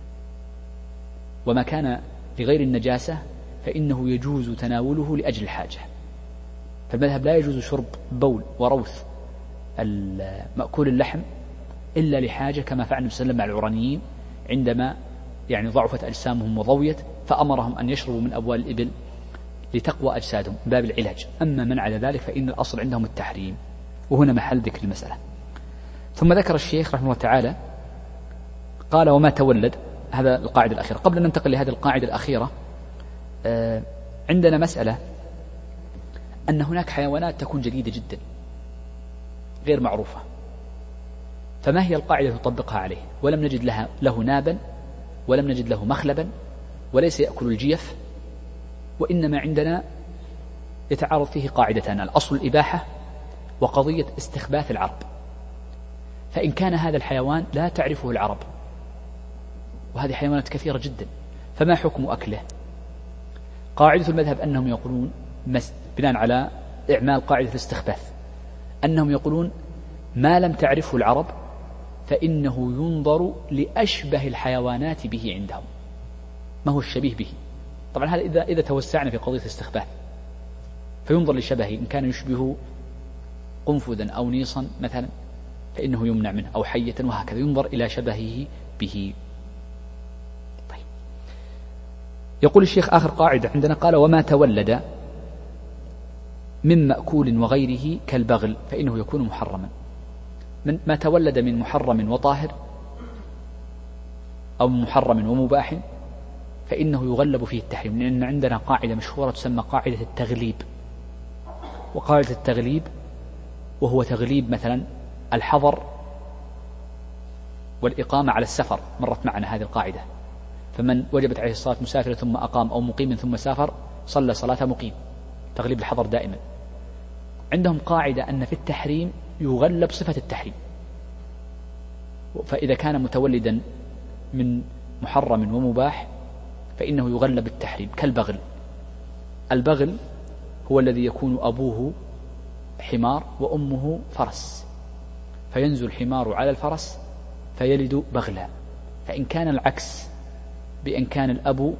وما كان لغير النجاسة فإنه يجوز تناوله لأجل الحاجة. فالمذهب لا يجوز شرب بول وروث مأكول اللحم إلا لحاجة، كما فعل النبي صلى الله عليه وسلم مع العرانيين عندما ضعفت أجسامهم وضويت فأمرهم أن يشربوا من أبوال الإبل لتقوى أجسادهم من باب العلاج. أما من عدا ذلك فإن الأصل عندهم التحريم، وهنا محل ذكر المسألة. ثم ذكر الشيخ رحمه الله تعالى قال وما تولد، هذا القاعدة الأخيرة. قبل أن ننتقل لهذه القاعدة الأخيرة عندنا مسألة أن هناك حيوانات تكون جديدة جدا غير معروفة، فما هي القاعدة تطبقها عليه؟ ولم نجد له نابا ولم نجد له مخلبا وليس يأكل الجيف، وإنما عندنا يتعارض فيه قاعدتان: الأصل الإباحة وقضية استخباث العرب. فإن كان هذا الحيوان لا تعرفه العرب، وهذه حيوانات كثيرة جدا، فما حكم أكله؟ قاعدة المذهب أنهم يقولون بناء على إعمال قاعدة الاستخباث أنهم يقولون ما لم تعرفه العرب فإنه ينظر لأشبه الحيوانات به عندهم، ما هو الشبيه به. طبعا هذا إذا توسعنا في قضية الاستخباث فينظر لشبهه، إن كان يشبه قنفذا أو نيصا مثلا فإنه يمنع منه، أو حية، وهكذا ينظر إلى شبهه به. طيب. يقول الشيخ آخر قاعدة عندنا قال وما تولد من مأكول وغيره كالبغل فإنه يكون محرما. ما تولد من محرم وطاهر أو محرم ومباح فإنه يغلب فيه التحريم، لأن عندنا قاعدة مشهورة تسمى قاعدة التغليب. وقاعدة التغليب وهو تغليب مثلا الحضر والإقامة على السفر، مرت معنا هذه القاعدة. فمن وجبت عليه الصلاة مسافرا ثم أقام أو مقيم ثم سافر صلى صلاة مقيم، تغليب الحضر دائما. عندهم قاعدة أن في التحريم يغلب صفة التحريم، فإذا كان متولدا من محرم ومباح فإنه يغلب التحريم كالبغل. البغل هو الذي يكون أبوه حمار وأمه فرس، فينزل الحمار على الفرس فيلد بغلا. فإن كان العكس، بأن كان الأب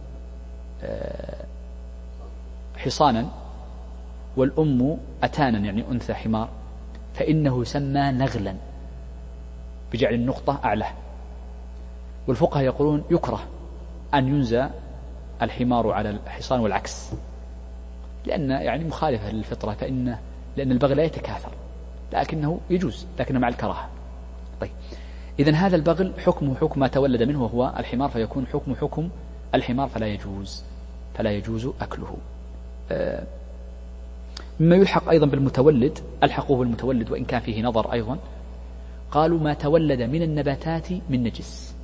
حصانا والأم أتانا يعني أنثى حمار، فإنه يسمى نغلا بجعل النقطة أعلى. والفقهاء يقولون يكره أن ينزى الحمار على الحصان والعكس، لأن يعني مخالفة للفطرة، لأن البغل لا يتكاثر، لكنه يجوز لكنه مع الكراهة. طيب، إذن هذا البغل حكمه حكم ما تولد منه وهو الحمار، فيكون حكم الحمار فلا يجوز أكله. مما يلحق أيضا بالمتولد، ألحقوه بالمتولد وإن كان فيه نظر أيضا، قالوا ما تولد من النباتات من نجس.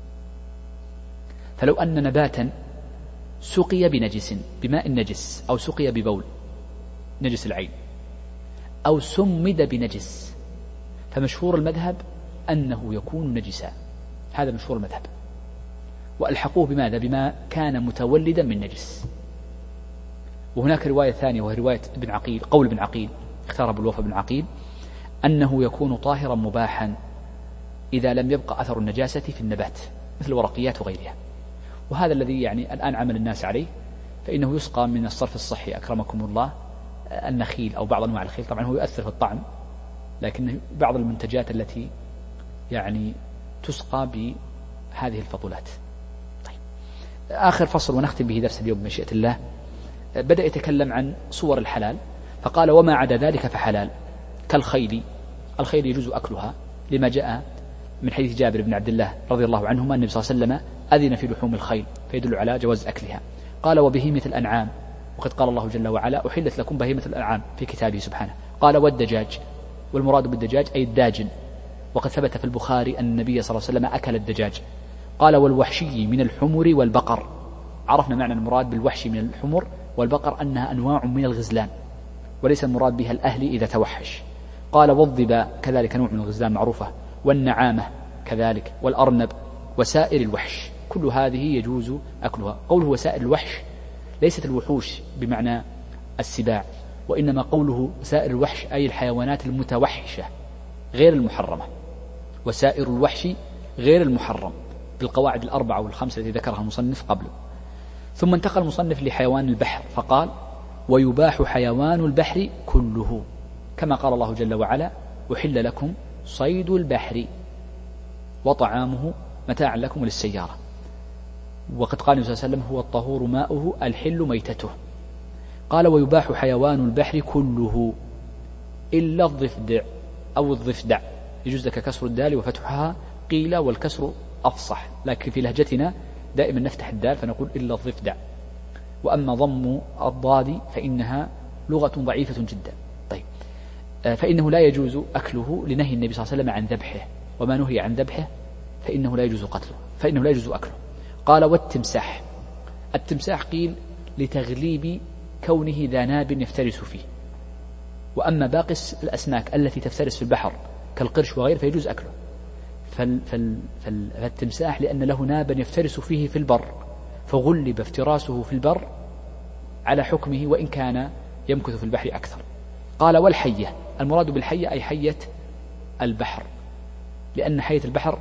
فلو أن نباتا سقي بنجس بماء نجس، أو سقي ببول نجس العين، أو سمد بنجس، فمشهور المذهب أنه يكون نجسا. هذا مشهور المذهب. وألحقوه بماذا؟ بما كان متولدا من نجس. وهناك رواية ثانية وهي رواية ابن عقيل، قول ابن عقيل اختار أبو الوفا بن عقيل، أنه يكون طاهرا مباحا إذا لم يبقى أثر النجاسة في النبات مثل الورقيات وغيرها. وهذا الذي يعني الآن عمل الناس عليه، فإنه يسقى من الصرف الصحي أكرمكم الله النخيل أو بعض أنواع الخيل. طبعا هو يؤثر في الطعم، لكن بعض المنتجات التي يعني تسقى بهذه الفضلات. طيب، آخر فصل ونختم به درس اليوم بمشيئة الله، بدأ يتكلم عن صور الحلال، فقال وما عدا ذلك فحلال كالخيل. الخيل يجوز أكلها لما جاء من حديث جابر بن عبد الله رضي الله عنهما النبي صلى الله عليه وسلم أذن في لحوم الخيل، فيدل على جواز أكلها. قال وبهيمة الأنعام، وقد قال الله جل وعلا أحلت لكم بهيمة الأنعام في كتابه سبحانه. قال والدجاج، والمراد بالدجاج أي الداجن، وقد ثبت في البخاري أن النبي صلى الله عليه وسلم أكل الدجاج. قال والوحشي من الحمر والبقر. عرفنا معنى المراد بالوحشي من الحمر والبقر أنها أنواع من الغزلان، وليس المراد بها الأهلي إذا توحش. قال والضباء كذلك نوع من الغزلان معروفة، والنعامة كذلك، والأرنب، وسائر الوحش كل هذه يجوز أكلها. قوله وسائر الوحش ليست الوحوش بمعنى السباع، وإنما قوله سائر الوحش أي الحيوانات المتوحشة غير المحرمة، وسائر الوحش غير المحرم بالقواعد الأربعة والخمسة التي ذكرها المصنف قبله. ثم انتقل المصنف لحيوان البحر فقال ويباح حيوان البحر كله، كما قال الله جل وعلا أحل لكم صيد البحر وطعامه متاعا لكم وللسيارة. وقد قال النبي صلى الله عليه وسلم هو الطهور ماؤه الحل ميتته. قال ويباح حيوان البحر كله إلا الضفدع أو الضفدع، يجوز لك كسر الدال وفتحها قيل والكسر أفصح، لكن في لهجتنا دائما نفتح الدال فنقول إلا الضفدع. وأما ضم الضاد فإنها لغة ضعيفة جدا. طيب، فإنه لا يجوز أكله لنهي النبي صلى الله عليه وسلم عن ذبحه، وما نهي عن ذبحه فإنه لا يجوز قتله، فإنه لا يجوز أكله. قال والتمساح، التمساح قيل لتغليب كونه ذا ناب يفترس فيه، وأما باقي الأسماك التي تفترس في البحر كالقرش وغيره فيجوز أكله. فالتمساح لأن له نابا يفترس فيه في البر فغلب افتراسه في البر على حكمه وإن كان يمكث في البحر أكثر. قال والحية، المراد بالحية أي حية البحر، لأن حية البحر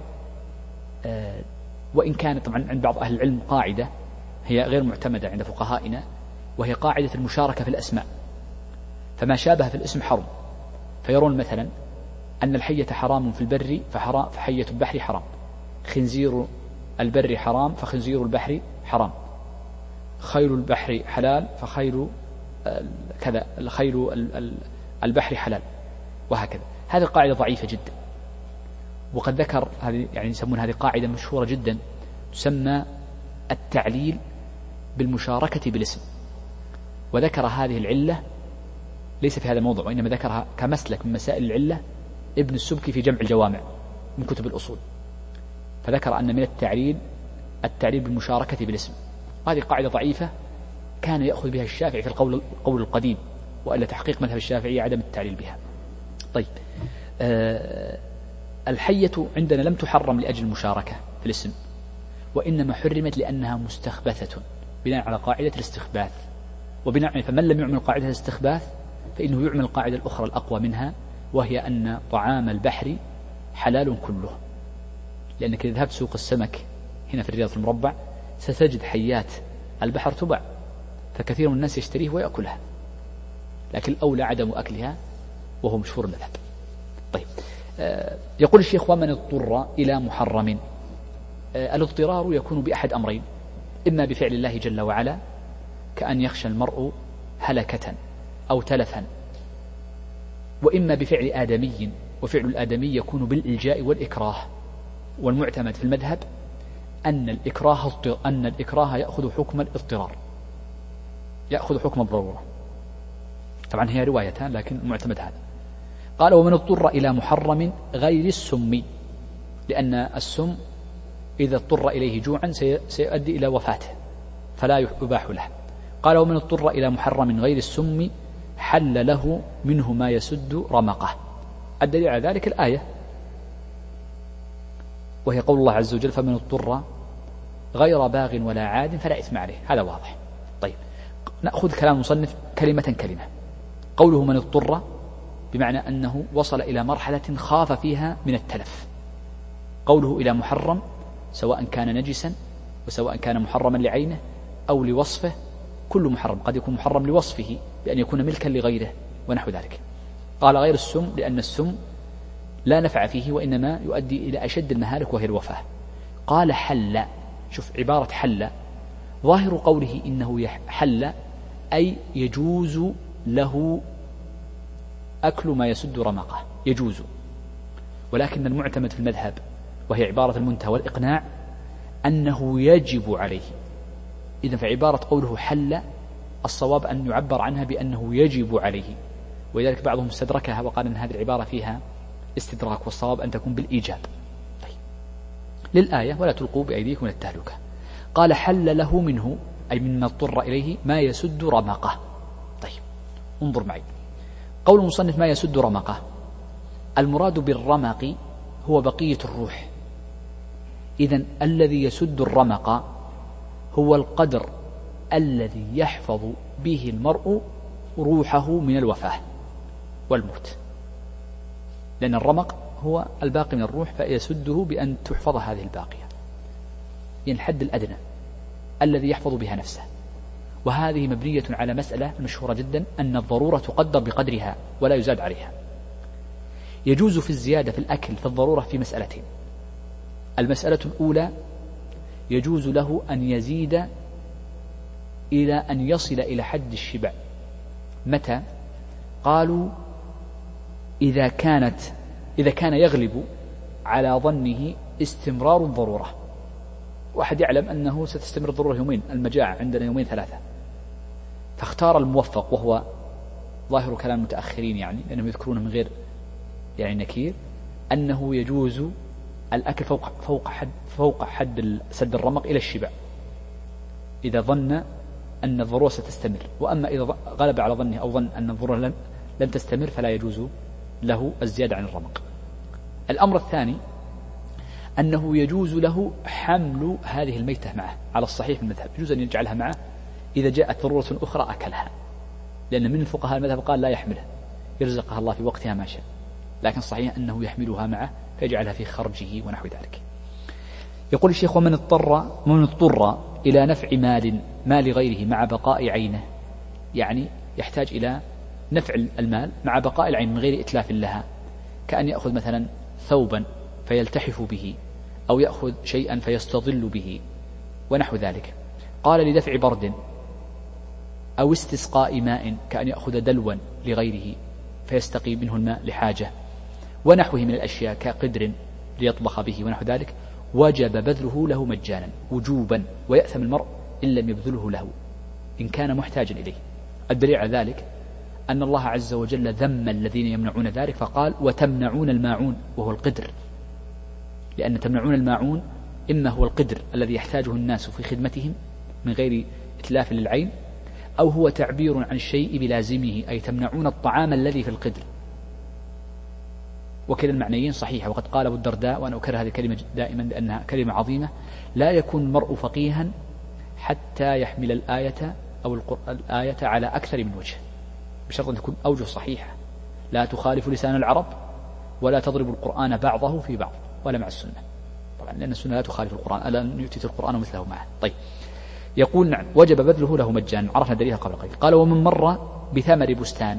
وإن كانت طبعا عند بعض أهل العلم قاعدة هي غير معتمدة عند فقهائنا، وهي قاعدة المشاركة في الأسماء، فما شابه في الاسم حرم، فيرون مثلا أن الحية حرام في البر فحية البحر حرام، خنزير البر حرام فخنزير البحر حرام، خيل البحر حلال فخيل كذا خيل البحر حلال، وهكذا. هذه القاعدة ضعيفة جدا، وقد ذكر هذه يعني يسمون هذه قاعدة مشهورة جدا تسمى التعليل بالمشاركة بالاسم، وذكر هذه العلة ليس في هذا الموضوع وإنما ذكرها كمسلك من مسائل العلة ابن السبكي في جمع الجوامع من كتب الأصول، فذكر أن من التعليل بالمشاركة بالاسم. هذه قاعدة ضعيفة كان يأخذ بها الشافعي في القول القديم، وإلا تحقيق مذهب الشافعي عدم التعليل بها. طيب، الحية عندنا لم تحرم لأجل المشاركة في الاسم، وإنما حرمت لأنها مستخبثة بناء على قاعدة الاستخباث، وبناء فمن لم يعمل قاعدة الاستخباث فإنه يعمل القاعدة الأخرى الأقوى منها، وهي أن طعام البحر حلال كله. لأنك إذا ذهبت سوق السمك هنا في الرياض في المربع ستجد حيات البحر تباع، فكثير من الناس يشتريه ويأكلها، لكن الأولى عدم أكلها وهو مشهور المذهب. طيب، يقول الشيخ ومن اضطر إلى محرم، الاضطرار يكون بأحد أمرين، إما بفعل الله جل وعلا كأن يخشى المرء هلكة أو تلفا، وإما بفعل آدمي، وفعل الآدمي يكون بالإلجاء والإكراه، والمعتمد في المذهب أن الإكراه يأخذ حكم الاضطرار، يأخذ حكم الضرورة. طبعا هي روايتان لكن المعتمد هذا. قال ومن اضطر إلى محرم غير السم، لأن السم إذا اضطر إليه جوعا سيؤدي إلى وفاته فلا يباح له. قال ومن اضطر إلى محرم غير السم حل له منه ما يسد رمقه. الدليل على ذلك الآية، وهي قول الله عز وجل فمن اضطر غير باغ ولا عاد فلا إثم عليه. هذا واضح. طيب، نأخذ كلام المصنف كلمة كلمة. قوله من اضطر بمعنى أنه وصل إلى مرحلة خاف فيها من التلف. قوله إلى محرم سواء كان نجسا وسواء كان محرما لعينه أو لوصفه، كل محرم قد يكون محرم لوصفه بأن يكون ملكا لغيره ونحو ذلك. قال غير السم لأن السم لا نفع فيه وإنما يؤدي إلى أشد المهالك وهي الوفاة. قال حل، شوف عبارة حل، ظاهر قوله إنه حل أي يجوز له أكل ما يسد رمقه، يجوز، ولكن المعتمد في المذهب وهي عبارة المنتهى والإقناع أنه يجب عليه. إذن فعبارة قوله حل الصواب أن يعبر عنها بأنه يجب عليه، ولذلك بعضهم استدركها وقال أن هذه العبارة فيها استدراك، والصواب أن تكون بالإيجاب. طيب، للآية ولا تلقوا بأيديكم إلى التهلكة. قال حل له منه أي مما اضطر إليه ما يسد رمقه. طيب، انظر معي قول المصنف ما يسد رمقه، المراد بالرمق هو بقية الروح، إذن الذي يسد الرمق هو القدر الذي يحفظ به المرء روحه من الوفاة والموت، لأن الرمق هو الباقي من الروح، فيسده بأن تحفظ هذه الباقية، يعني الحد الأدنى الذي يحفظ بها نفسه. وهذه مبنية على مسألة مشهورة جدا، أن الضرورة تقدر بقدرها ولا يزاد عليها. يجوز في الزيادة في الأكل في الضرورة في مسألتين. المسألة الأولى يجوز له أن يزيد إلى أن يصل إلى حد الشبع. متى؟ قالوا إذا كان يغلب على ظنه استمرار الضرورة. واحد يعلم أنه ستستمر الضرورة يومين، المجاعة عندنا يومين ثلاثة، فاختار الموفق، وهو ظاهر كلام المتأخرين يعني لأنهم يذكرونه من غير يعني نكير، أنه يجوز الأكل فوق حد سد الرمق إلى الشبع إذا ظن أن الضرورة ستستمر. وأما إذا غلب على ظنه أو ظن أن الضرورة لن تستمر فلا يجوز له الزيادة عن الرمق. الأمر الثاني أنه يجوز له حمل هذه الميتة معه، على الصحيح في المذهب يجوز أن يجعلها معه، إذا جاءت ضرورة أخرى أكلها، لأن من الفقهاء المذهب قال لا يحملها، يرزقها الله في وقتها ما شاء، لكن صحيح أنه يحملها معه فيجعلها في خرجه ونحو ذلك. يقول الشيخ: ومن اضطر إلى نفع مال غيره مع بقاء عينه، يعني يحتاج إلى نفع المال مع بقاء العين من غير إتلاف لها، كأن يأخذ مثلا ثوبا فيلتحف به، أو يأخذ شيئا فيستظل به ونحو ذلك. قال: لدفع برد أو استسقاء ماء، كأن يأخذ دلوا لغيره فيستقي منه الماء لحاجة ونحوه من الأشياء كقدر ليطبخ به ونحو ذلك، وجب بذله له مجانا وجوبا، ويأثم المرء إن لم يبذله له إن كان محتاجا إليه. الدليل على ذلك أن الله عز وجل ذم الذين يمنعون ذلك فقال: وتمنعون الماعون، وهو القدر، لأن تمنعون الماعون إما هو القدر الذي يحتاجه الناس في خدمتهم من غير إتلاف للعين، أو هو تعبير عن الشيء بلازمه، أي تمنعون الطعام الذي في القدر. وكلا المعنيين صحيحة. وقد قال أبو الدرداء، وأنا أكرر هذه الكلمة دائما لأنها كلمة عظيمة: لا يكون المرء فقيها حتى يحمل الآية أو الآية على أكثر من وجه، بشرط أن تكون أوجه صحيحة، لا تخالف لسان العرب، ولا تضرب القرآن بعضه في بعض، ولا مع السنة طبعا، لأن السنة لا تخالف القرآن، ألا يؤتي القرآن مثله معه. طيب، يقول: نعم، وجب بذله له مجانا، عرفنا دليلها قبل قليل. قال: ومن مر بثمر بستان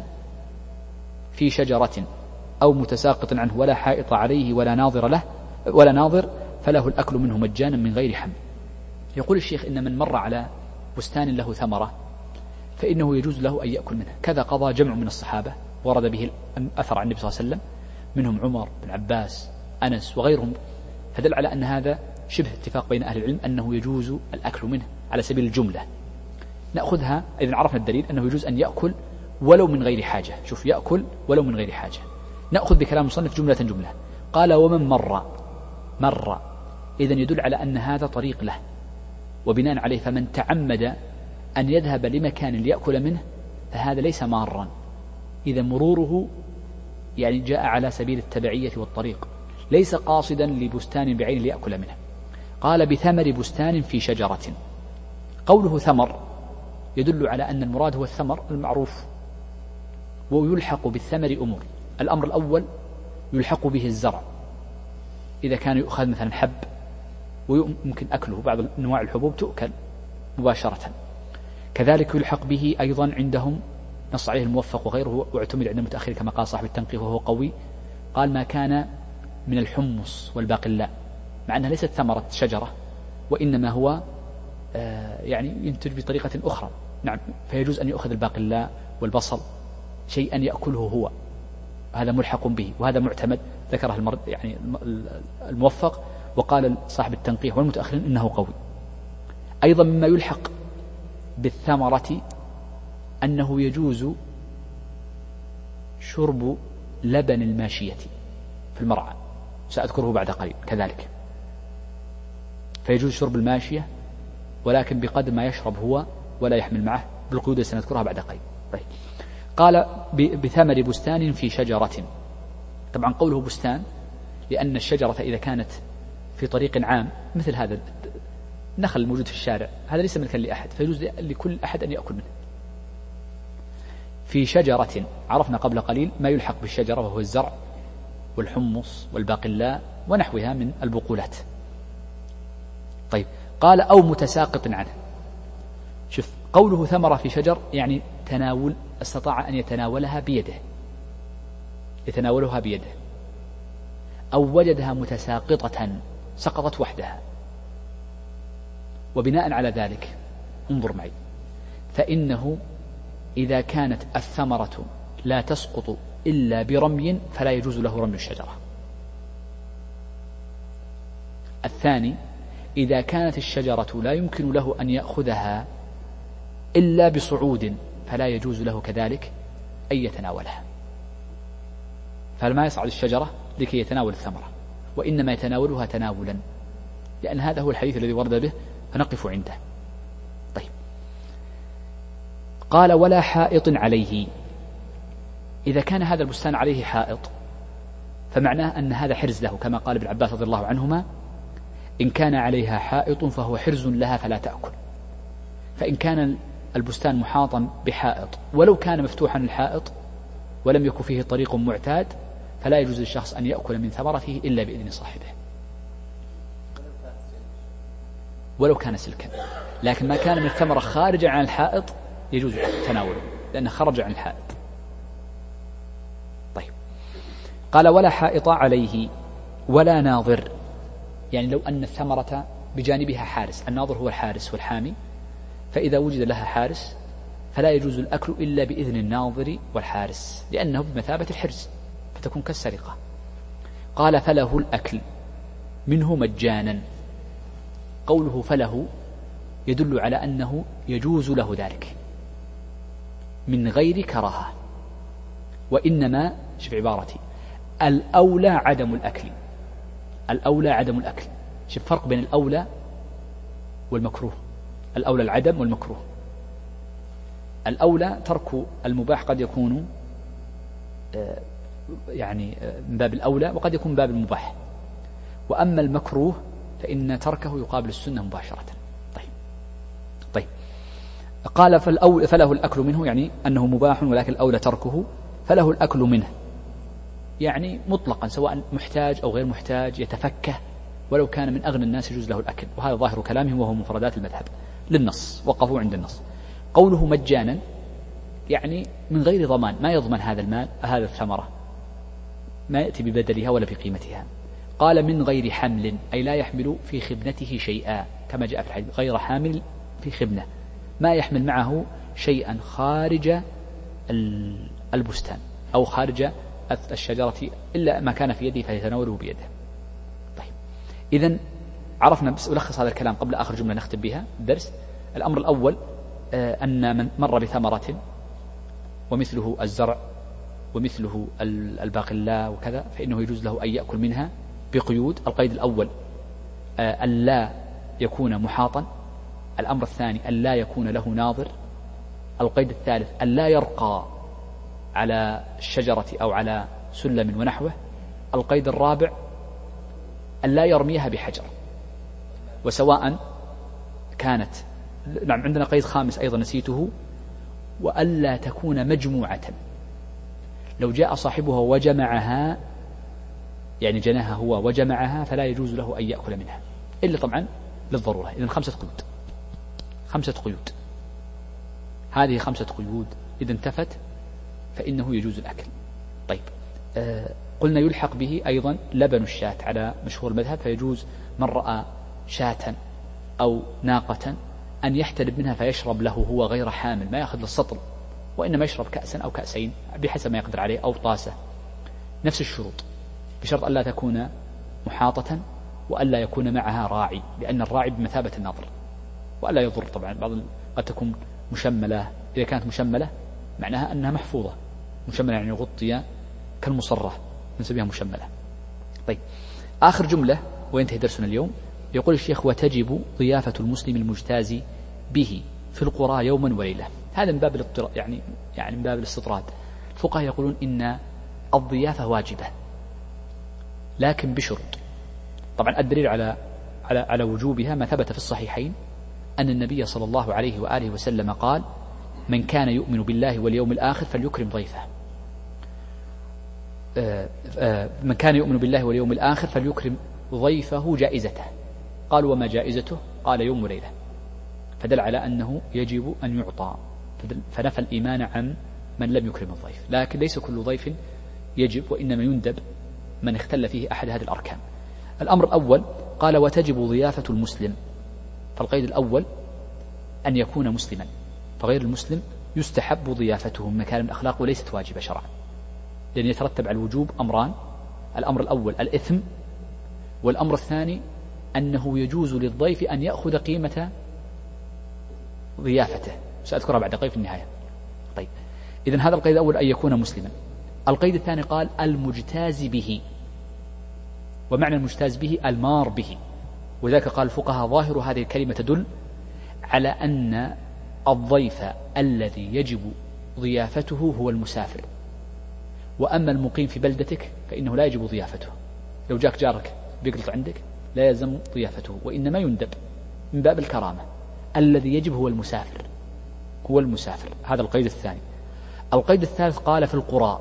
في شجرة أو متساقط عنه ولا حائط عليه ولا ناظر فله الأكل منه مجانا من غير حمل. يقول الشيخ: إن من مر على بستان له ثمرة فإنه يجوز له أن يأكل منها. كذا قضى جمع من الصحابة ورد به الأثر عن النبي صلى الله عليه وسلم، منهم عمر بن عباس، أنس وغيرهم، فدل على أن هذا شبه اتفاق بين أهل العلم أنه يجوز الأكل منه على سبيل الجملة. نأخذها إذن عرفنا الدليل أنه يجوز أن يأكل ولو من غير حاجة. شوف، يأكل ولو من غير حاجة. نأخذ بكلام المصنف جملة. قال: ومن مر إذن يدل على أن هذا طريق له، وبناء عليه فمن تعمد أن يذهب لمكان ليأكل منه فهذا ليس مارا، إذا مروره يعني جاء على سبيل التبعية والطريق، ليس قاصدا لبستان بعين ليأكل منه. قال: بثمر بستان في شجرة. قوله ثمر يدل على أن المراد هو الثمر المعروف، ويلحق بالثمر أمور. الأمر الأول يلحق به الزرع، إذا كان يؤخذ مثلا حب ويمكن أكله، بعض أنواع الحبوب تؤكل مباشرة. كذلك يلحق به أيضا عندهم، نص عليه الموفق وغيره، واعتمد عند المتأخر كما قال صاحب التنقيح وهو قوي، قال: ما كان من الحمص والباقلاء، مع أنها ليست ثمرة شجرة، وإنما هو يعني ينتج بطريقة أخرى. نعم، فيجوز أن يأخذ الباقلاء والبصل شيئا يأكله هو، هذا ملحق به، وهذا معتمد ذكره يعني الموفق، وقال صاحب التنقيح والمتأخرين إنه قوي. أيضا مما يلحق بالثمرة أنه يجوز شرب لبن الماشية في المرعى، سأذكره بعد قليل كذلك، فيجوز شرب الماشية ولكن بقدر ما يشرب هو ولا يحمل معه، بالقيود التي سنذكرها بعد قليل. طيب. قال: بثمر بستان في شجرة. طبعا قوله بستان لأن الشجرة إذا كانت في طريق عام مثل هذا النخل الموجود في الشارع، هذا ليس ملكا لأحد، فيجوز لكل أحد أن يأكل منه. في شجرة، عرفنا قبل قليل ما يلحق بالشجرة وهو الزرع والحمص والباقلاء ونحوها من البقولات. طيب، قال أو متساقط عنه. شوف قوله ثمرة في شجر يعني تناول، استطاع أن يتناولها بيده، يتناولها بيده، أو وجدها متساقطة سقطت وحدها. وبناء على ذلك انظر معي، فإنه إذا كانت الثمرة لا تسقط إلا برمي فلا يجوز له رمي الشجرة. الثاني، إذا كانت الشجرة لا يمكن له أن يأخذها إلا بصعود فلا يجوز له كذلك أن يتناولها، فما يصعد الشجرة لكي يتناول الثمرة، وإنما يتناولها تناولا، لأن هذا هو الحديث الذي ورد به، فنقف عنده. طيب، قال ولا حائط عليه. إذا كان هذا البستان عليه حائط فمعناه أن هذا حرز له، كما قال ابن عباس رضي الله عنهما: إن كان عليها حائط فهو حرز لها فلا تأكل. فإن كان البستان محاطا بحائط ولو كان مفتوحا الحائط ولم يكن فيه طريق معتاد فلا يجوز للشخص أن يأكل من ثمرته إلا بإذن صاحبه، ولو كان سلكا. لكن ما كان من الثمرة خارجا عن الحائط يجوز تناوله لأنه خرج عن الحائط. طيب، قال ولا حائط عليه ولا ناظر، يعني لو أن الثمرة بجانبها حارس، الناظر هو الحارس والحامي، فإذا وجد لها حارس فلا يجوز الأكل إلا بإذن الناظر والحارس، لأنه بمثابة الحرز فتكون كالسرقة. قال فله الأكل منه مجانا. قوله فله يدل على أنه يجوز له ذلك من غير كراهة، وإنما شوف عبارتي: الأولى عدم الأكل، الأولى عدم الأكل. شوف فرق بين الأولى والمكروه، الأولى العدم والمكروه. الأولى ترك المباح قد يكون يعني من باب الأولى وقد يكون من باب المباح، وأما المكروه فإن تركه يقابل السنة مباشرة. طيب قال فله الأكل منه، يعني أنه مباح ولكن الأولى تركه، فله الأكل منه يعني مطلقا سواء محتاج أو غير محتاج، يتفكه، ولو كان من أغنى الناس يجوز له الأكل، وهذا ظاهر كلامهم وهو مفردات المذهب للنص، وقفوا عند النص. قوله مجانا يعني من غير ضمان، ما يضمن هذا المال، هذا الثمرة ما يأتي ببدلها ولا بقيمتها. قال من غير حمل، أي لا يحمل في خبنته شيئا، كما جاء في الحديث: غير حامل في خبنة، ما يحمل معه شيئا خارج البستان أو خارج الشجرة إلا ما كان في يده فيتناوله بيده. طيب، إذن عرفنا، بس ألخص هذا الكلام قبل آخر جملة نختم بها الدرس. الأمر الأول أن من مر بثمرة ومثله الزرع ومثله الباقلاء وكذا فإنه يجوز له أن يأكل منها بقيود. القيد الأول ألا يكون محاطا. الأمر الثاني ألا يكون له ناظر. القيد الثالث ألا يرقى على الشجرة أو على سلم ونحوه. القيد الرابع ألا يرميها بحجر، وسواء كانت، نعم عندنا قيد خامس أيضا نسيته: وألا تكون مجموعة. لو جاء صاحبها وجمعها، يعني جناها هو وجمعها، فلا يجوز له أن يأكل منها إلا طبعا للضرورة. إذن 5 قيود، 5 قيود، هذه 5 قيود إذا انتفت فإنه يجوز الأكل. طيب، قلنا يلحق به أيضا لبن الشاة على مشهور المذهب، فيجوز من رأى شاة أو ناقة أن يحتلب منها فيشرب له هو غير حامل، ما يأخذ للسطل، وإنما يشرب كأسا أو كأسين بحسب ما يقدر عليه، أو طاسة. نفس الشروط، بشرط ألا تكون محاطة وألا يكون معها راعي، لأن الراعي بمثابة الناظر، وألا يضر. طبعا بعض قد تكون مشملة، إذا كانت مشملة معناها أنها محفوظة، مشملة يعني غطية كالمصرة نسميها مشملة. طيب، آخر جملة وينتهي درسنا اليوم. يقول الشيخ: وتجب ضيافة المسلم المجتاز به في القرى يوما وليلة. هذا من باب الاضطراد، يعني من باب الاستطراد. الفقهاء يقولون إن الضيافة واجبة لكن بشروط. طبعا الدليل على وجوبها ما ثبت في الصحيحين أن النبي صلى الله عليه وآله وسلم قال: من كان يؤمن بالله واليوم الآخر فليكرم ضيفه. من كان يؤمن بالله واليوم الآخر فليكرم ضيفه جائزته. قال: وما جائزته؟ قال: يوم وليلة. فدل على أنه يجب أن يعطى، فنفى الإيمان عن من لم يكرم الضيف. لكن ليس كل ضيف يجب، وإنما يندب من اختل فيه أحد هذه الأركان. الأمر الأول قال: وتجب ضيافة المسلم. فالقيد الأول أن يكون مسلما، فغير المسلم يستحب ضيافته من مكارم الأخلاق وليست واجبة شرعا، لأن يترتب على الوجوب أمران: الأمر الأول الإثم، والأمر الثاني أنه يجوز للضيف أن يأخذ قيمة ضيافته، سأذكرها بعد قليل في النهاية. طيب، إذن هذا القيد الأول أن يكون مسلما. القيد الثاني قال: المجتاز به. ومعنى المجتاز به المار به، وذلك قال الفقهاء ظاهر هذه الكلمة تدل على أن الضيف الذي يجب ضيافته هو المسافر، وأما المقيم في بلدتك فإنه لا يجب ضيافته. لو جاك جارك بيقلط عندك لا يلزم ضيافته، وإنما يندب من باب الكرامة. الذي يجب هو المسافر، هو المسافر. هذا القيد الثاني. القيد الثالث قال: في القرى.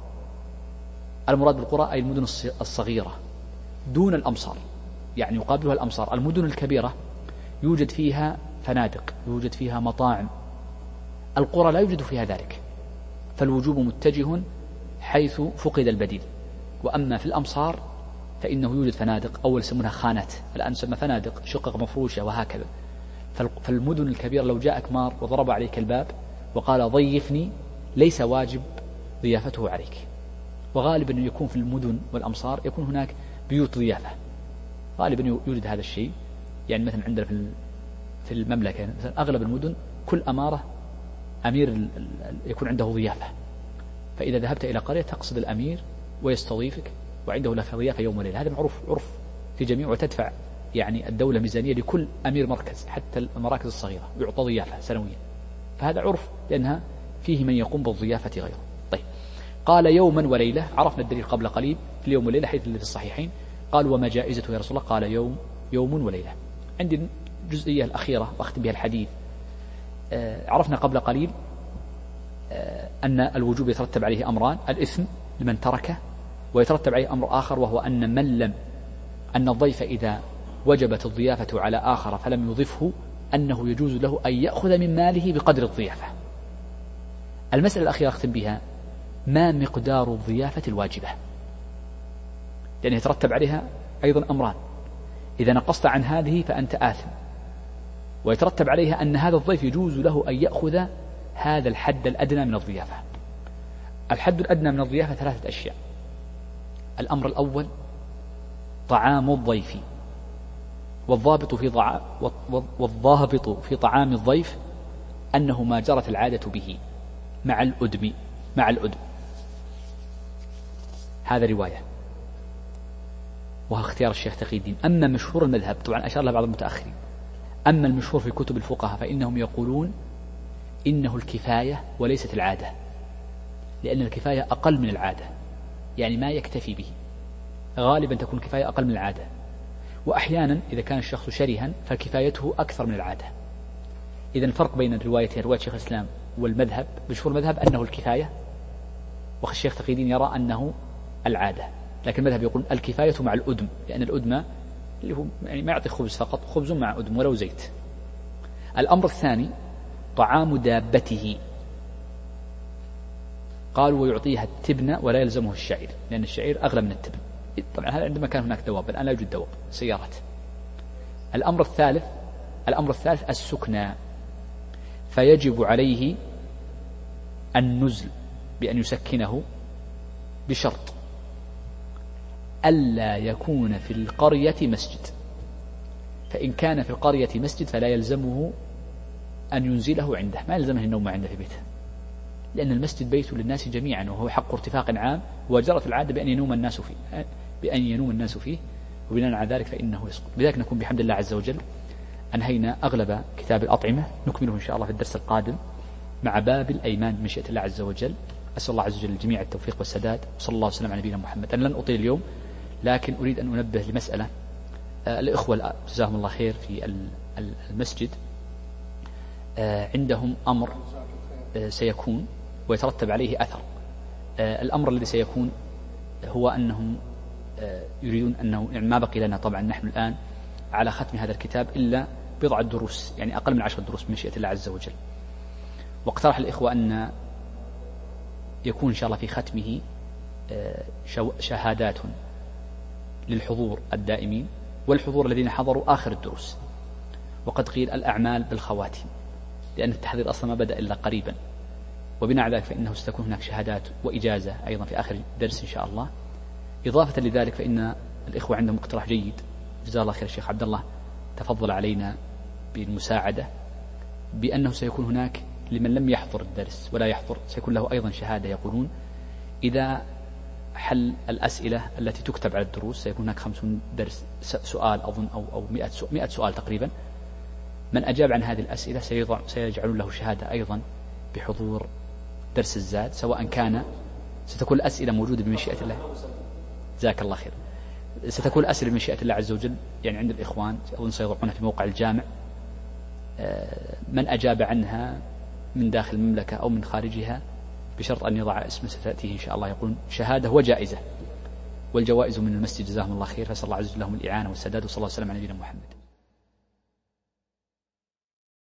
المراد بالقرى أي المدن الصغيرة دون الأمصار، يعني يقابلها الأمصار. المدن الكبيرة يوجد فيها فنادق، يوجد فيها مطاعم. القرى لا يوجد فيها ذلك، فالوجوب متجه حيث فقد البديل. وأما في الأمصار فإنه يوجد فنادق، أول يسمونها خانات، الآن تسمى فنادق، شقق مفروشة وهكذا. فالمدن الكبيرة لو جاءك مار وضرب عليك الباب وقال: ضيفني، ليس واجب ضيافته عليك. وغالبا يكون في المدن والأمصار يكون هناك بيوت ضيافة، غالبا يوجد هذا الشيء. يعني مثلا عندنا في المملكة مثلا أغلب المدن كل أمارة أمير يكون عنده ضيافة، فإذا ذهبت إلى قرية تقصد الأمير ويستضيفك وعنده لك ضيافة يوم وليلة. هذا معروف عرف في جميع، وتدفع يعني الدولة ميزانية لكل أمير مركز، حتى المراكز الصغيرة يعطى ضيافة سنويا. فهذا عرف لأنها فيه من يقوم بالضيافة غيره. طيب، قال: يوما وليلة. عرفنا الدليل قبل قليل في اليوم والليلة حيث اللي في الصحيحين. قال: وما جائزته يا رسول الله؟ قال: يوم وليلة. عندي الجزئية الأخيرة وأختم بها الحديث. عرفنا قبل قليل أن الوجوب يترتب عليه أمران: الإثم لمن تركه، ويترتب عليه أمر آخر وهو أن الضيف إذا وجبت الضيافة على آخر فلم يضفه أنه يجوز له أن يأخذ من ماله بقدر الضيافة. المسألة الأخيرة أختم بها: ما مقدار الضيافة الواجبة؟ لأن يترتب عليها أيضا أمران: إذا نقصت عن هذه فأنت آثم، ويترتب عليها أن هذا الضيف يجوز له أن يأخذ هذا الحد الأدنى من الضيافة. الحد الأدنى من الضيافة 3 أشياء. الأمر الأول طعام الضيف، والضابط في طعام الضيف أنه ما جرت العادة به مع الأدم. هذا رواية وهو اختيار الشيخ تقي الدين. أما مشهور المذهب، طبعا أشار له بعض المتأخرين، أما المشهور في كتب الفقهاء فإنهم يقولون إنه الكفاية وليست العادة، لأن الكفاية أقل من العادة، يعني ما يكتفي به. غالبا تكون الكفاية أقل من العادة، وأحيانا إذا كان الشخص شرها فكفايته أكثر من العادة. إذا الفرق بين الروايتين، رواية شيخ الإسلام والمذهب، مشهور المذهب أنه الكفاية، والشيخ تقي الدين يرى أنه العادة. لكن المذهب يقول الكفاية مع الأدم، لأن الأدم اللي هو يعني ما يعطي خبز فقط، خبز مع أدم ولو زيت. الأمر الثاني طعام دابته. قالوا: ويعطيها التبن ولا يلزمه الشعير، لأن الشعير أغلى من التبن. طبعا هذا عندما كان هناك دواب، الآن لا يوجد دواب، سيارات. الأمر الثالث السكنى، فيجب عليه النزل بأن يسكنه بشرط ألا يكون في القرية مسجد، فإن كان في القرية مسجد فلا يلزمه أن ينزله عنده، ما يلزمه النوم عنده في بيته، لأن المسجد بيت للناس جميعا وهو حق ارتفاق عام، وجرت العادة بأن ينوم الناس فيه، وبناء على ذلك فإنه يسقط. بذلك نكون بحمد الله عز وجل أنهينا أغلب كتاب الأطعمة، نكمله إن شاء الله في الدرس القادم مع باب الأيمان بمشيئة الله عز وجل. أسأل الله عز وجل الجميع التوفيق والسداد، وصلى الله وسلم على نبينا محمد. أنا لن أطيل اليوم، لكن أريد أن أنبه لمسألة الإخوة جزاهم الله خير في المسجد عندهم أمر سيكون ويترتب عليه أثر. الأمر الذي سيكون هو أنهم يريدون أنه يعني ما بقي لنا طبعا نحن الآن على ختم هذا الكتاب إلا بضعة دروس، يعني أقل من 10 دروس بمشيئة الله عز وجل. واقترح الإخوة أن يكون إن شاء الله في ختمه شهادات للحضور الدائمين والحضور الذين حضروا آخر الدروس. وقد قيل الأعمال بالخواتيم، لأن التحضير أصلا ما بدأ إلا قريبا، وبناء على ذلك فإنه ستكون هناك شهادات وإجازة أيضا في آخر درس إن شاء الله. إضافة لذلك فإن الإخوة عندهم اقتراح جيد، جزاه الله خير الشيخ عبد الله تفضل علينا بالمساعدة، بأنه سيكون هناك لمن لم يحضر الدرس ولا يحضر سيكون له أيضا شهادة، يقولون إذا حل الأسئلة التي تكتب على الدروس سيكون هناك 50 درس سؤال أظن أو 100 سؤال تقريبا، من أجاب عن هذه الأسئلة سيجعلون له شهادة أيضا بحضور درس الزاد، سواء كان ستكون الأسئلة موجودة بمشيئة الله. جزاك الله خير. ستكون الأسئلة بمشيئة الله عز وجل يعني عند الإخوان أظن سيضعونها في موقع الجامع، من أجاب عنها من داخل المملكة أو من خارجها بشرط أن يضع اسمه ستأتيه إن شاء الله يقول شهادة وجائزة، والجوائز من المسجد جزاهم الله خير. فسأل الله عز وجل لهم الإعانة والسداد، وصلى الله وسلم على نبينا محمد.